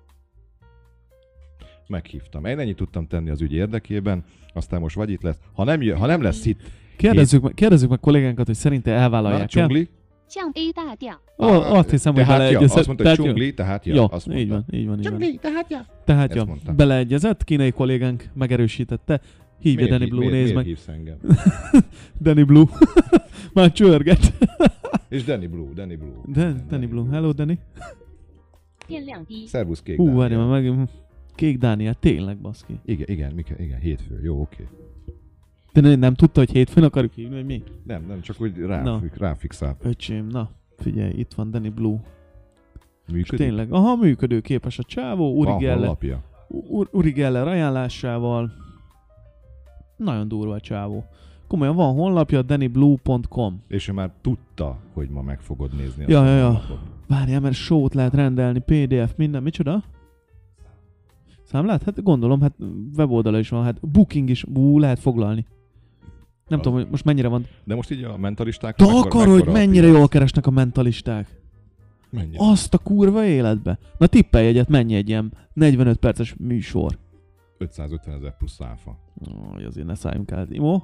Meghívtam. Én ennyit tudtam tenni az ügy érdekében, aztán most vagy itt lesz. Ha nem, jö, ha nem lesz itt, Kérdezzük, meg, kérdezzük meg kollégánkat, hogy szerinte na, elvállalják el. Csungli. 降 A 大调， Ó, azt hiszem, hogy tehát ja, beleegyezett. azt mondta, hogy Tehát jó. Csungli, tehát ja, Jó, azt mondta. így van, így van, így van. Csungli, tehát ja. Tehát Ezt ja, mondta. beleegyezett, kínai kollégánk megerősítette. Hívja Miért Danny hív- Blue, miért, nézd miért meg. hívsz engem? Danny Blue. Már csörget. És Danny Blue, Danny Blue. De, Danny Blue. Hello, Danny. 电量低， Szervusz, Kék Hú, Dániel. várj már meg. Kék Dániel, tényleg baszki. Igen, igen, Mike, igen, hétfő, jó, oké. De nem, nem tudta, hogy hétfőn akarjuk hívni, vagy mi? Nem, nem, csak úgy rá, Na. ráfixált. Öcsém, na, figyelj, itt van Danny Blue. És Működik? tényleg, aha, működőképes a csávó, Uri Van Geller, honlapja. Ur- Uri Geller ajánlásával. Nagyon durva a csávó. Komolyan van honlapja, danny blue pont com. És ő már tudta, hogy ma meg fogod nézni azt Ja, a ja, ja. honlapot. Várjál, mert show-t lehet rendelni, pé dé ef, minden, micsoda? Számlát? Hát gondolom, hát weboldala is van, hát booking is, ú, lehet foglalni. Nem Az- tudom, hogy most mennyire van. De most így a mentalisták... De akar, hogy mennyire jól keresnek a mentalisták. Mennyire? Azt a kurva életbe. Na tippelj egyet, mennyi egy ilyen negyvenöt perces műsor. ötszázötven ezer plusz áfa. Aj, azért ne szálljunk át. Imo?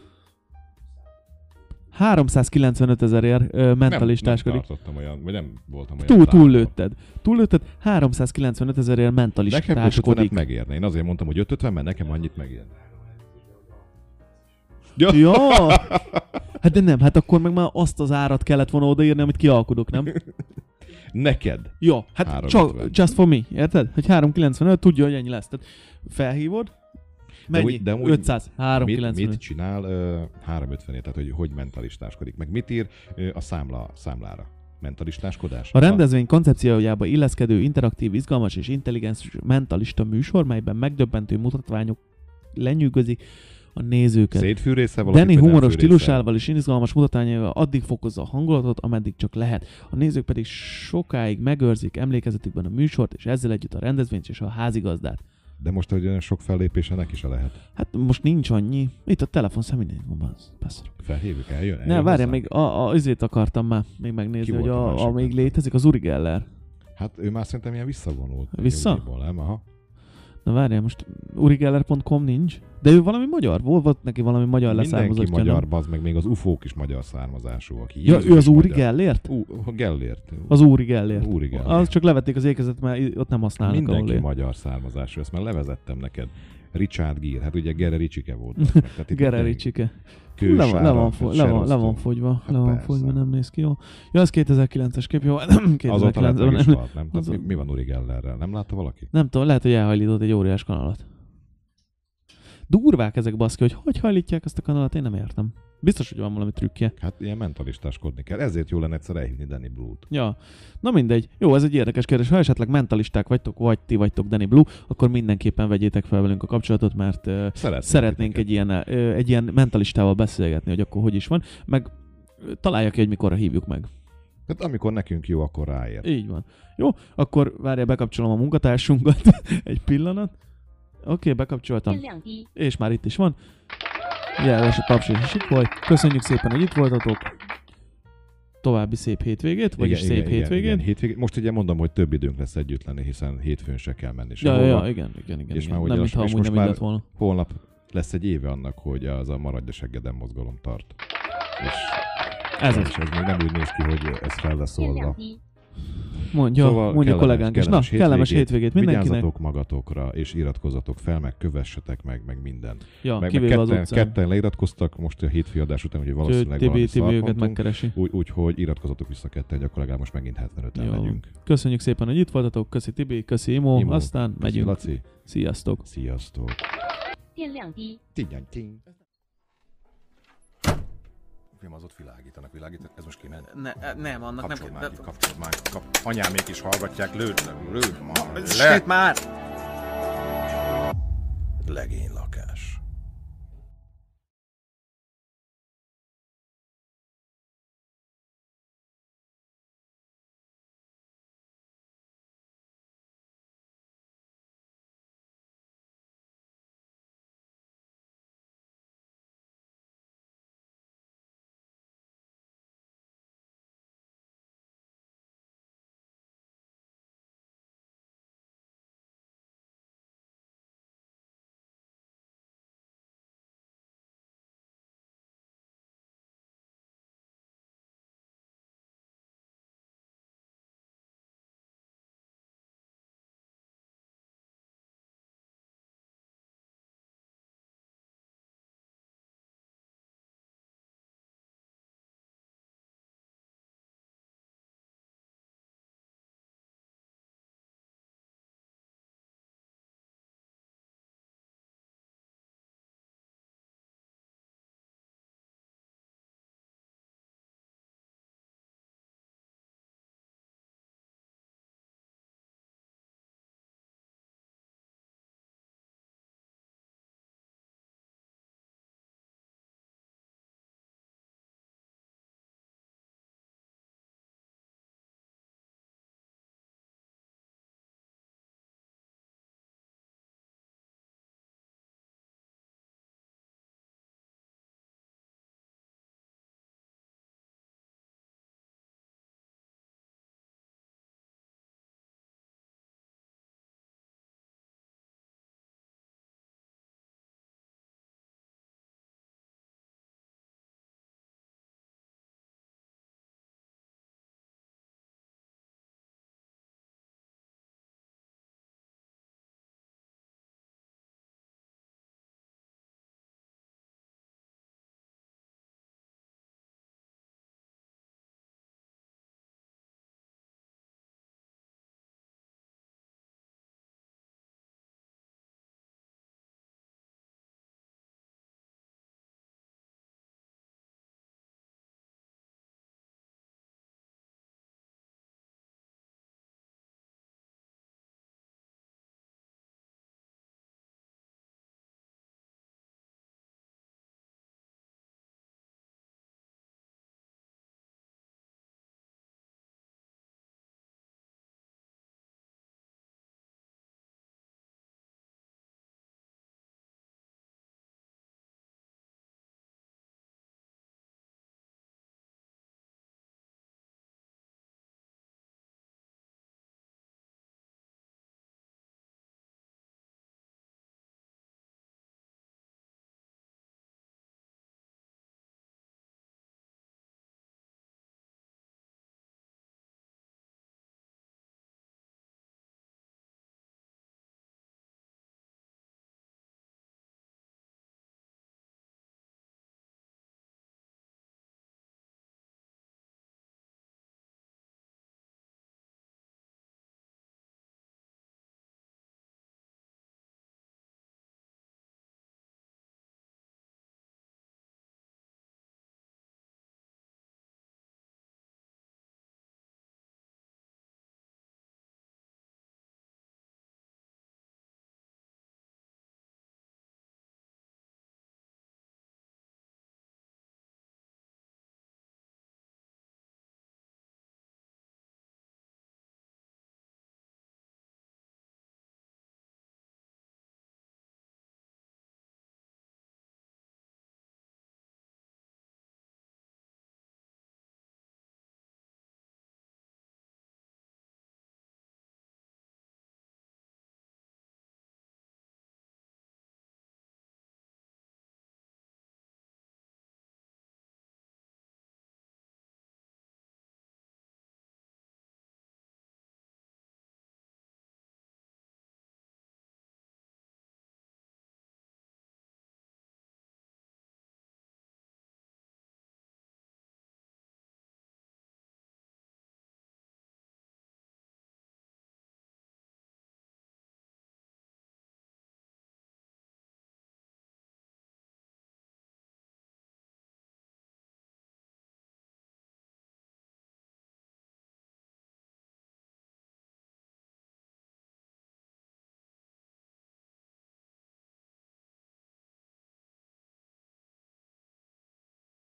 háromszázkilencvenöt ezerért ö, mentalistáskodik. Nem, nem tartottam olyan, vagy nem voltam olyan... Túl, távol. túllőtted. Túllőtted, háromszázkilencvenöt ezerért Nekem mentalistáskodik. ötvenet megérne. Én azért mondtam, hogy ötven, mert nekem annyit megérne. Ja. Ja! Hát de nem, hát akkor meg már azt az árat kellett volna odaírni, amit kialkudok, nem? Neked. Jó, hát három csak ötven. just for me, érted? Hogy háromszázkilencvenöt, tudja, hogy ennyi lesz. Tehát felhívod, Mennyi? úgy- de amúgy ötszáz, mit, háromszázkilencven. mit csinál uh, háromszázötvenért, tehát hogy hogy mentalistáskodik, meg mit ír uh, a számla, számlára? Mentalistáskodás? A rendezvény koncepciójába illeszkedő interaktív, izgalmas és intelligens mentalista műsor, melyben megdöbbentő mutatványok lenyűgözik a nézőket. Szétfűrésze valaki? Danny vagy nem humoros fűrésze? stílusával és izgalmas mutatványával addig fokozza a hangulatot, ameddig csak lehet. A nézők pedig sokáig megőrzik emlékezetükben a műsort, és ezzel együtt a rendezvényt és a házigazdát. De most, hogy olyan sok fellépése neki se lehet. Hát most nincs annyi. Itt a telefonszám mindig van. Felhívjuk, eljön? Ne, eljön várjál, hozzá? még a, a, azért akartam már még megnézni, Ki hogy volt a a, a, másik még ember? létezik az Uri Geller. Hát ő már szerintem ilyen visszavonult. Vissza? Nyugdíjból, nem? Aha. Na várjál, most urigeller pont com nincs. De ő valami magyar? Volt, volt neki valami magyar Mindenki leszármazottja, magyar, nem? bazd meg, még az ufók is magyar származásúak. Ja, Jézus ő az is Uri magyar. Gellért? Ú, Gellért. Az Uri Gellért. Uri Gellért. Az csak levették az ékezet, mert ott nem használnak, ahol Mindenki él. magyar származású, ezt már levezettem neked. Richard Gere, hát ugye Gere Ricsike volt. az meg, tehát itt Gere mindenki- Ricsike. Kősára, Le, le, van, fo- le, van, le van Serosztó. fogyva, Hát le van persze. fogyva, nem néz ki jó. Ja, az kétezer-kilences kép, jó, Azóta lehet meg is kétezer-kilencben. halt, nem? Tehát Az- mi, mi van Uri Gellerrel? Nem látta valaki? Nem tudom, lehet, hogy elhajlított egy óriás kanalat. Durvák ezek, baszki, hogy hogy hajlítják ezt a kanalat, én nem értem. Biztos, hogy van valami trükkje. Hát ilyen mentalistáskodni kell. Ezért jó lenne egyszer elhívni Danny Blue-t. Ja, na mindegy. Jó, ez egy érdekes kérdés. Ha esetleg mentalisták vagytok, vagy ti vagytok Danny Blue, akkor mindenképpen vegyétek fel velünk a kapcsolatot, mert uh, Szeretnénk szeretnénk titeket. egy ilyen, uh, egy ilyen mentalistával beszélgetni, hogy akkor hogy is van, meg uh, találja ki, hogy mikorra hívjuk meg. Hát amikor nekünk jó, akkor ráér. Így van. Jó, akkor várjál, bekapcsolom a munkatársunkat. Egy pillanat. Oké, okay, bekapcsoltam. 电量低， És már itt is van. Jeles a taps és sikoly. Köszönjük szépen, hogy itt voltatok. További szép hétvégét, vagyis Igen, szép igen, igen, hétvégét. igen, hétvégét. Most ugye mondom, hogy több időnk lesz együtt lenni, hiszen hétfőn se kell menni Ja, sehova. ja, igen, igen, igen. És igen. már ugye Nem, most- mintha és amúgy most nem már- illet volna. Holnap lesz egy éve annak, hogy az a Maradj a seggeden mozgalom tart. És Ez az. és ez még nem úgy néz ki, hogy ez fel lesz 电量 oldva. 低， Mondja, Szóval mondja kellemes- kollégánk is. Na, kellemes hétvégét mindenkinek. Vigyázzatok magatokra, és iratkozzatok fel, meg kövessetek meg, meg minden. Ja, meg, meg kivéve az ketten, utcán. ketten leiratkoztak most a hétfői adás után, hogy Úgyhogy valószínűleg Tibi, valami Tibi szart őket mondtunk. megkeresi. Úgy, úgyhogy iratkozzatok vissza ketten, hogy akkor legalább most megint hetvenöten Jó. legyünk. Köszönjük szépen, hogy itt voltatok. Köszi Tibi, köszi Imo. Imo, Aztán köszi, megyünk. Laci. Sziasztok. Sziasztok. 电量低。 Tinyan, ting. Film, az ott világítanak, világítanak, ez most kiment. Ne, nem, annak Kapcsolj nem már kell. ki, kapcsolj már, kap... anyámék is hallgatják, lőd le, lőd már le. Sét már! Legény lakás.